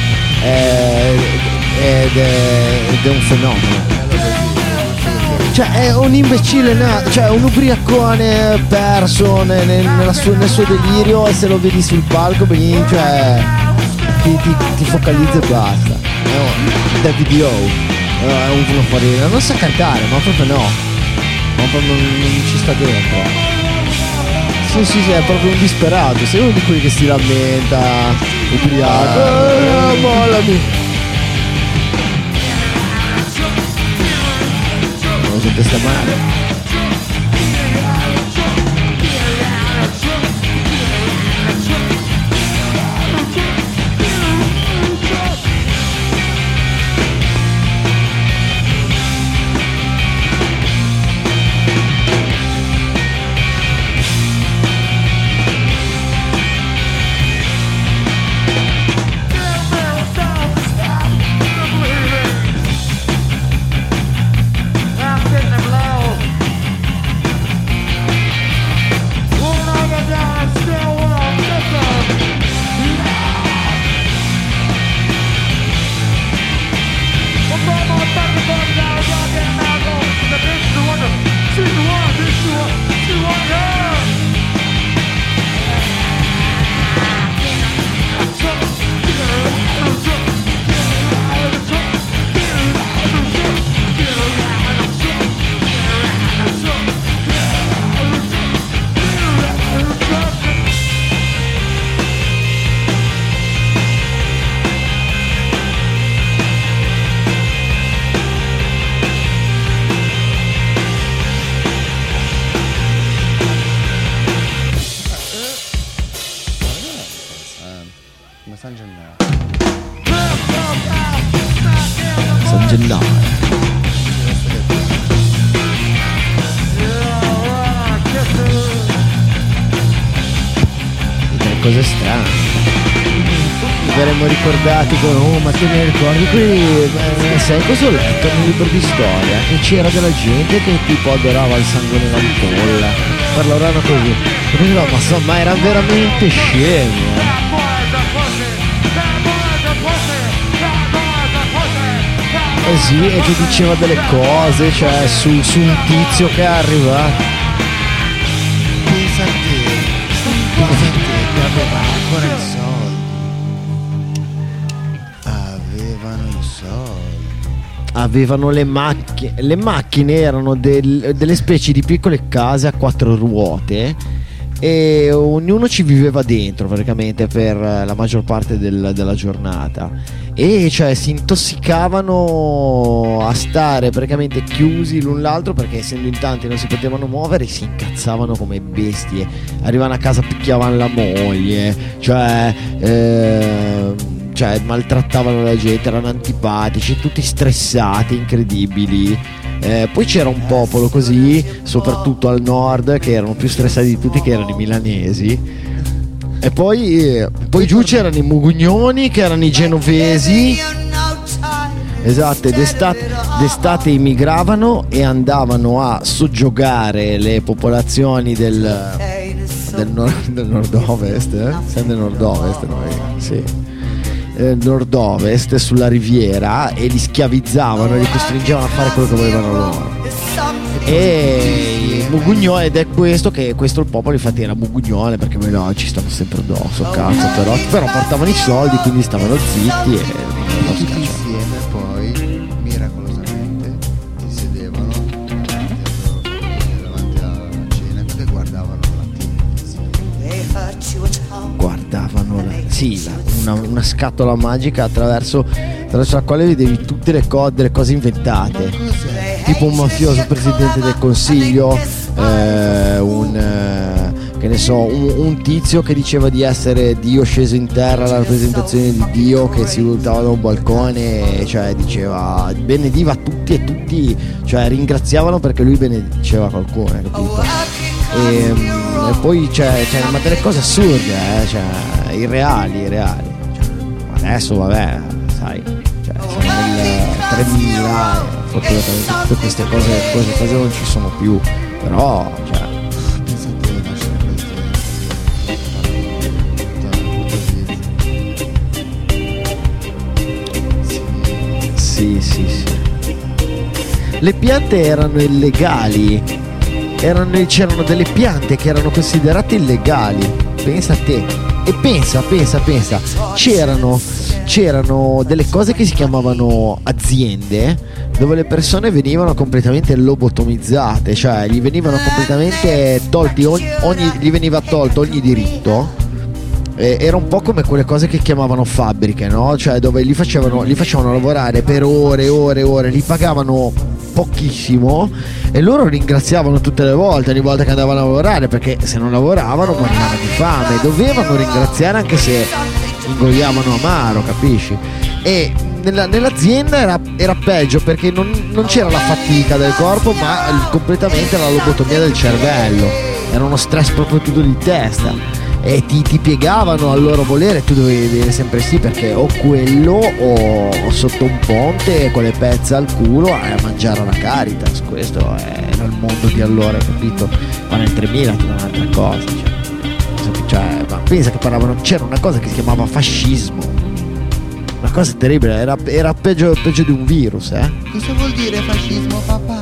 ed è un fenomeno. Cioè è un imbecille, cioè un ubriacone perso nel suo delirio, e se lo vedi sul palco, cioè ti focalizza e basta. David Dio è uno fuori, non sa cantare, ma proprio no, ma proprio non ci sta dentro. Sì, è proprio un disperato, sei uno di quelli che si lamenta, ubriaco, mollami. La gente sta male. San Gennaro. Delle cose strane. Verremo ricordati come, oh, ma te ne ricordi qui? Sai cosa ho letto nel libro di storia? Che c'era della gente che tipo adorava il sangue nell'ampolla, parlavano così. E quindi, no, ma erano veramente scemi. Eh sì, e che diceva delle cose, cioè su un tizio che arriva. Pensa a te che aveva ancora i soldi. Avevano i soldi. Avevano le macchine. Le macchine erano delle specie di piccole case a 4 ruote e ognuno ci viveva dentro praticamente per la maggior parte della giornata. E cioè si intossicavano a stare praticamente chiusi l'un l'altro, perché essendo in tanti non si potevano muovere, si incazzavano come bestie, arrivavano a casa, picchiavano la moglie, cioè maltrattavano la gente, erano antipatici, tutti stressati, incredibili. Poi c'era un popolo così, soprattutto al nord, che erano più stressati di tutti, che erano i milanesi. E poi giù c'erano i mugugnoni, che erano i genovesi. Esatto, d'estate immigravano e andavano a soggiogare le popolazioni del nord-ovest, siamo del nord-ovest noi, sì, nord-ovest, sulla riviera, e li schiavizzavano e li costringevano a fare quello che volevano loro. E mugugnone, ed è questo il popolo infatti era mugugnone, perché no, ci stanno sempre addosso, cazzo, però portavano i soldi, quindi stavano zitti e tutti insieme poi miracolosamente si sedevano davanti alla cena e guardavano una scatola magica attraverso la quale vedevi tutte le cose inventate. Tipo un mafioso presidente del consiglio, che ne so, un tizio che diceva di essere Dio sceso in terra, la rappresentazione di Dio, che si buttava da un balcone, cioè diceva, benediva tutti e tutti, cioè ringraziavano perché lui benediceva qualcuno, capito? E poi c'è ma delle cose assurde, cioè irreali. Adesso vabbè, sai, cioè siamo nel 3000 e fortunatamente tutte queste cose non ci sono più, però cioè Le piante erano illegali, c'erano delle piante che erano considerate illegali, pensa a te. E pensa, c'erano delle cose che si chiamavano aziende, dove le persone venivano completamente lobotomizzate, cioè gli venivano completamente tolti gli veniva tolto ogni diritto. Era un po' come quelle cose che chiamavano fabbriche, no? Cioè dove li facevano lavorare per ore, li pagavano pochissimo e loro ringraziavano tutte le volte, ogni volta che andavano a lavorare, perché se non lavoravano morivano di fame, dovevano ringraziare anche se ingoiavano amaro, capisci? E nell'azienda era peggio, perché non c'era la fatica del corpo, ma completamente la lobotomia del cervello, era uno stress proprio tutto di testa. E ti piegavano al loro volere, tu dovevi dire sempre sì, perché o quello o sotto un ponte con le pezze al culo a mangiare alla Caritas. Questo era il mondo di allora, capito? Ma nel 3000 era un'altra cosa, cioè, ma pensa che c'era una cosa che si chiamava fascismo, una cosa terribile, era peggio di un virus, eh? Cosa vuol dire fascismo, papà?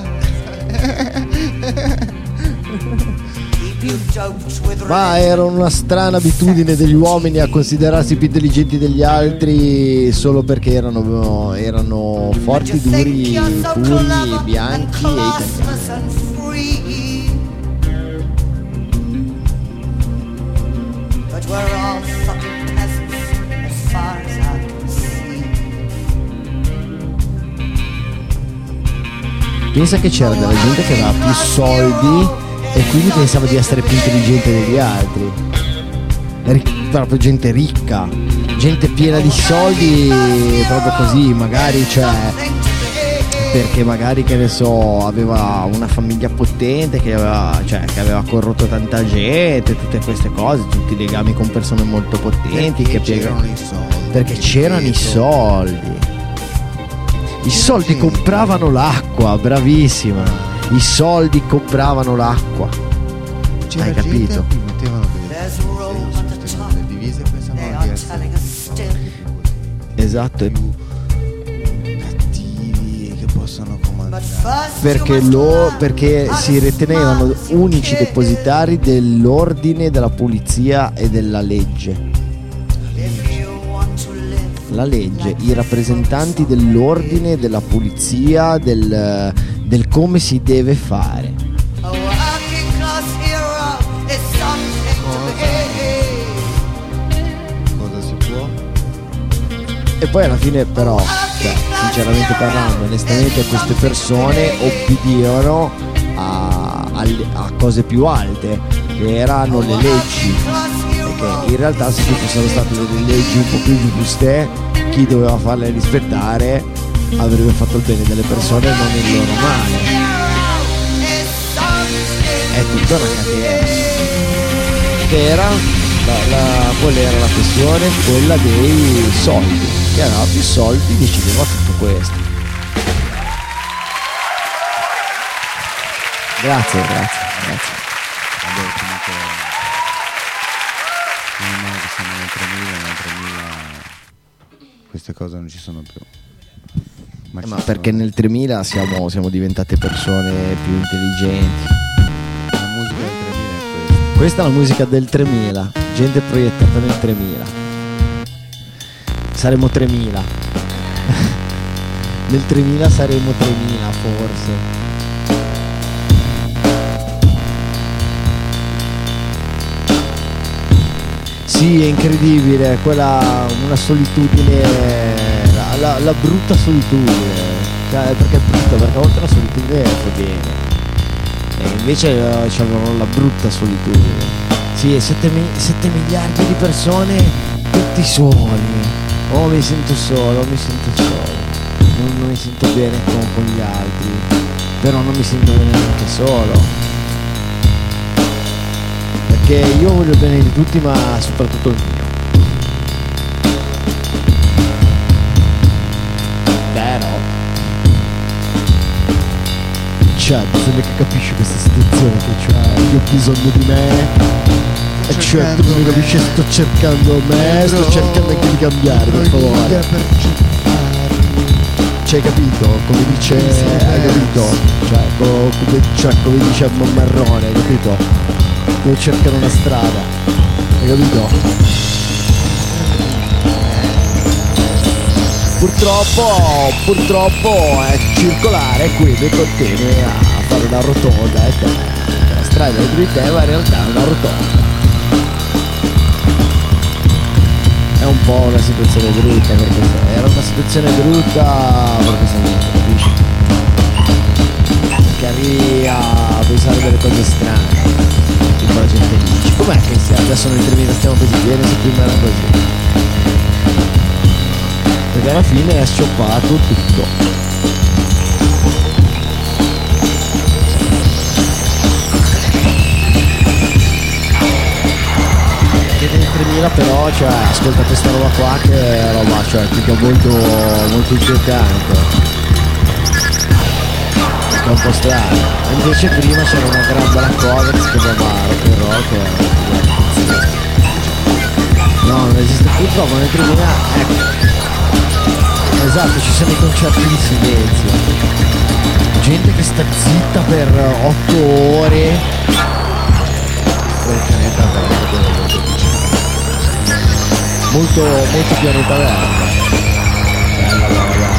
Ma era una strana abitudine degli uomini a considerarsi più intelligenti degli altri solo perché erano forti, duri, puri, bianchi e italiani. Pensa che c'era della gente che aveva più soldi e quindi pensava di essere più intelligente degli altri. Proprio gente ricca, gente piena di soldi, proprio così, magari, cioè, perché magari, che ne so, aveva una famiglia potente che aveva corrotto tanta gente, tutte queste cose, tutti i legami con persone molto potenti, perché c'erano i soldi. Perché c'erano i soldi. I soldi compravano l'acqua, bravissima. I soldi compravano l'acqua. C'era hai capito? Gente, mettevano delle divise e pensavano di essere esatto, cattivi, che possono comandare. Perché si ritenevano unici depositari dell'ordine, della polizia e della legge. La legge, i rappresentanti dell'ordine, della polizia, del come si deve fare. Cosa si può? E poi alla fine però, sinceramente parlando, onestamente, queste persone obbedivano a cose più alte, che erano le leggi, perché in realtà se ci fossero state delle leggi un po' più giuste, chi doveva farle rispettare avrebbe fatto il bene delle persone e non il loro male. È tutta una catena. Che era qual era la questione? Quella dei soldi. Chi aveva più soldi decideva tutto questo. Grazie. Vabbè, comunque che siamo nel 3000, queste cose non ci sono più. Ma perché nel 3000 siamo diventate persone più intelligenti. La musica del 3000 è questa. Questa è la musica del 3000, gente proiettata nel 3000. Saremo 3000. Nel 3000 saremo 3000 forse. Sì, è incredibile, quella, una solitudine, la brutta solitudine, cioè, perché è brutta, perché oltre alla solitudine fa bene, e invece c'avevano la brutta solitudine. Sì, 7 miliardi di persone, tutti soli, oh mi sento solo, non mi sento bene con gli altri, però non mi sento bene neanche solo. Perché io voglio bene di tutti, ma soprattutto il mio. Però cioè bisogna che capisci questa situazione, che cioè io ho bisogno di me e cioè tu non capisci, sto cercando me, sto cercando anche di cambiare, per favore. cioè, hai capito? Come dice, hai capito? Cioè, come dice Marrone, hai capito? Devo cercare una strada, hai capito? Purtroppo è circolare, quindi continui a fare una rotonda e la strada è di te, ma in realtà è una rotonda. È un po' una situazione brutta, perché era una situazione brutta perché se non capisci, che arrivi a pensare delle cose strane, tipo la gente dice com'è che se adesso noi 3000 stiamo così bene, se prima era così, perché alla fine è scioppato tutto. Nel 3000 però, cioè, ascolta questa roba qua che è roba, cioè, tutto molto inquietante, è un po' strano. Invece prima c'era una gran bella cosa che si chiamava rock and roll, che era... no, non esiste purtroppo nel 3000, ecco. Esatto, ci sono i concerti di silenzio, gente che sta zitta per 8 ore. Molto pianeta verde. Bella.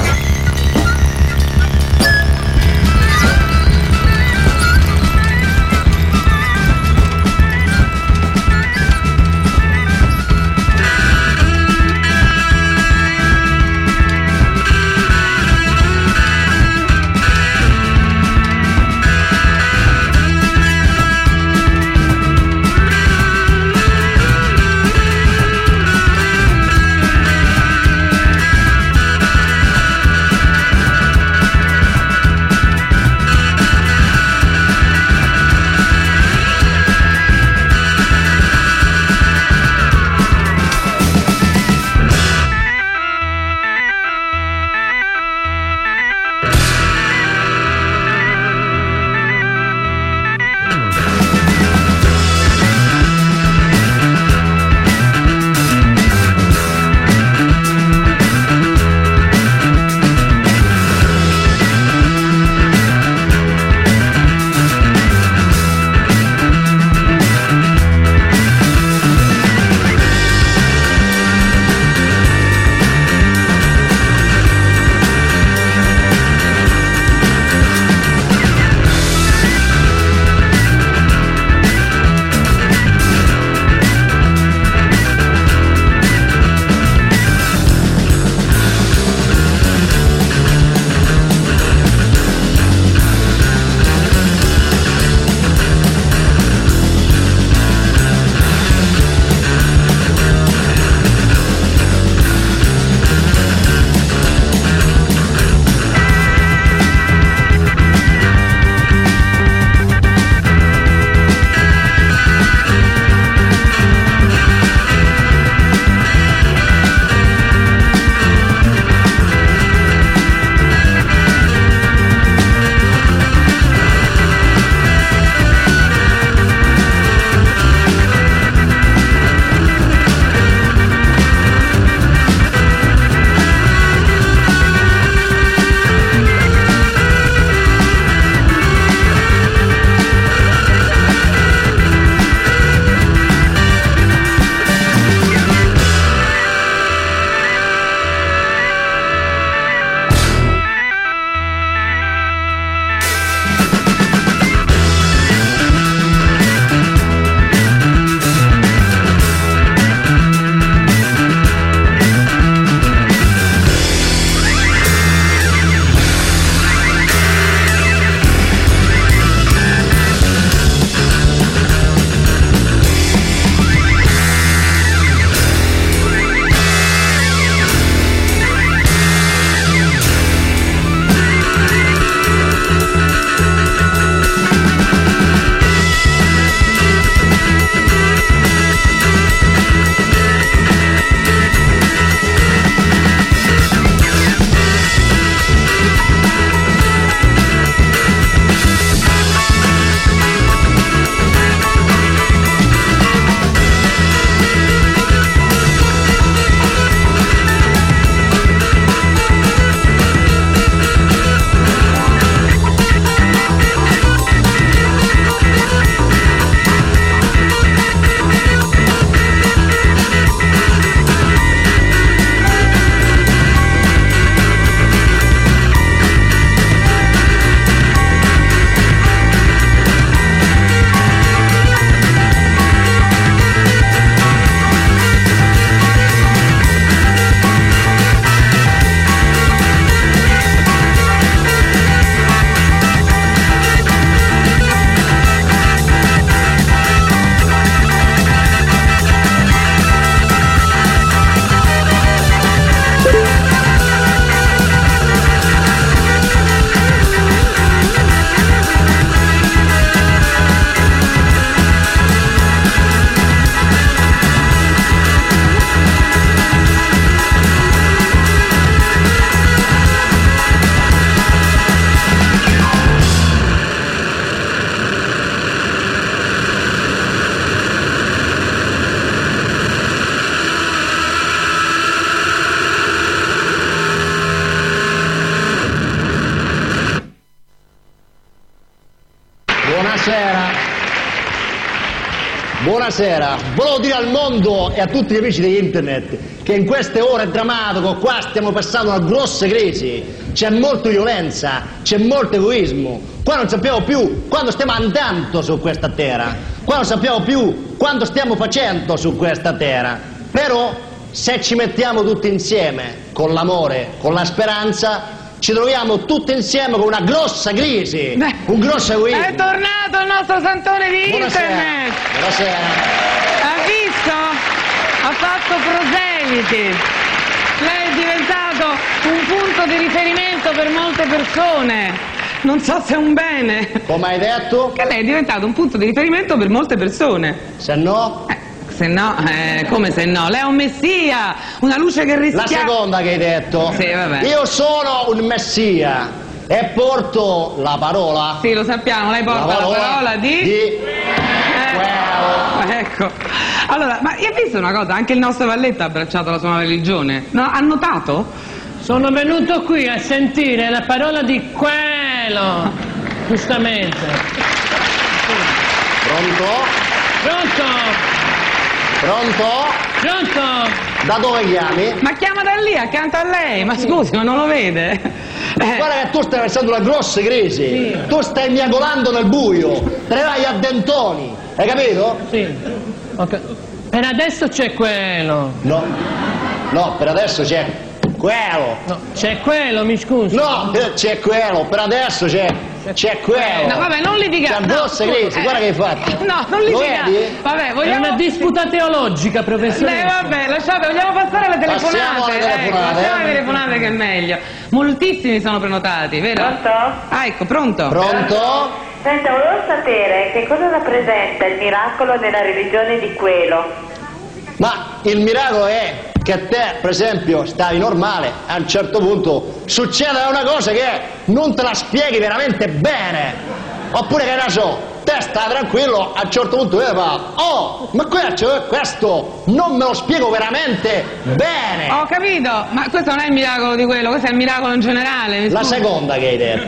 Buonasera, volevo dire al mondo e a tutti gli amici di internet che in queste ore drammatiche qua stiamo passando una grossa crisi, c'è molta violenza, c'è molto egoismo, qua non sappiamo più quando stiamo andando su questa terra, qua non sappiamo più quando stiamo facendo su questa terra, però se ci mettiamo tutti insieme con l'amore, con la speranza, ci troviamo tutti insieme con una grossa crisi, un grosso egoismo. È tornato il nostro santone di internet. Buonasera. Ha visto? Ha fatto proseliti. Lei è diventato un punto di riferimento per molte persone. Non so se è un bene. Come hai detto? Che lei è diventato un punto di riferimento per molte persone. Se no? Se no, come se no? Lei è un messia, una luce che rischia... La seconda che hai detto. Sì, vabbè. Io sono un messia e porto la parola. Sì, lo sappiamo, lei porta la parola di... Ecco. Allora, ma hai visto una cosa? Anche il nostro Valletta ha abbracciato la sua religione. No, ha notato? Sono venuto qui a sentire la parola di quello. Giustamente. Pronto? Pronto? Pronto? Pronto? Da dove chiami? Ma chiama da lì, accanto a lei. Ma scusi, ma non lo vede? Guarda che tu stai versando una grossa crisi. Sì. Tu stai miagolando nel buio. Te ne vai a dentoni. Hai capito? Sì. Okay. Per adesso c'è quello. No. No, per adesso c'è quello. No, c'è quello, mi scusi. No, c'è quello. Per adesso c'è quello. No, vabbè, non litigate. C'è una grossa crisi, guarda che hai fatto. No, non litigate. Vabbè, vogliamo... È una disputa teologica, professoressa. Vabbè, lasciate, vogliamo passare alle telefonate. Passiamo alle telefonate. Passiamo alle telefonate che è meglio. Moltissimi sono prenotati, vero? Pronto? Ah, ecco, pronto. Pronto? Senta, volevo sapere che cosa rappresenta il miracolo nella religione di quello. Ma il miracolo è che te, per esempio, stavi normale, a un certo punto succede una cosa che non te la spieghi veramente bene. Oppure, che ne so, te stai tranquillo, a un certo punto oh, ma questo non me lo spiego veramente bene. Ho capito, ma questo non è il miracolo di quello, questo è il miracolo in generale. La seconda che hai detto.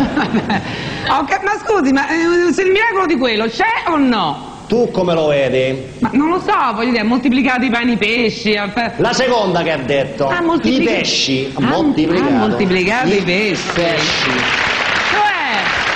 Ma scusi, ma se il miracolo di quello c'è o no? Tu come lo vedi? Ma non lo so, voglio dire, moltiplicati i pani, i pesci. La seconda che ha detto. I pesci. Moltiplicati i pesci. Cioè,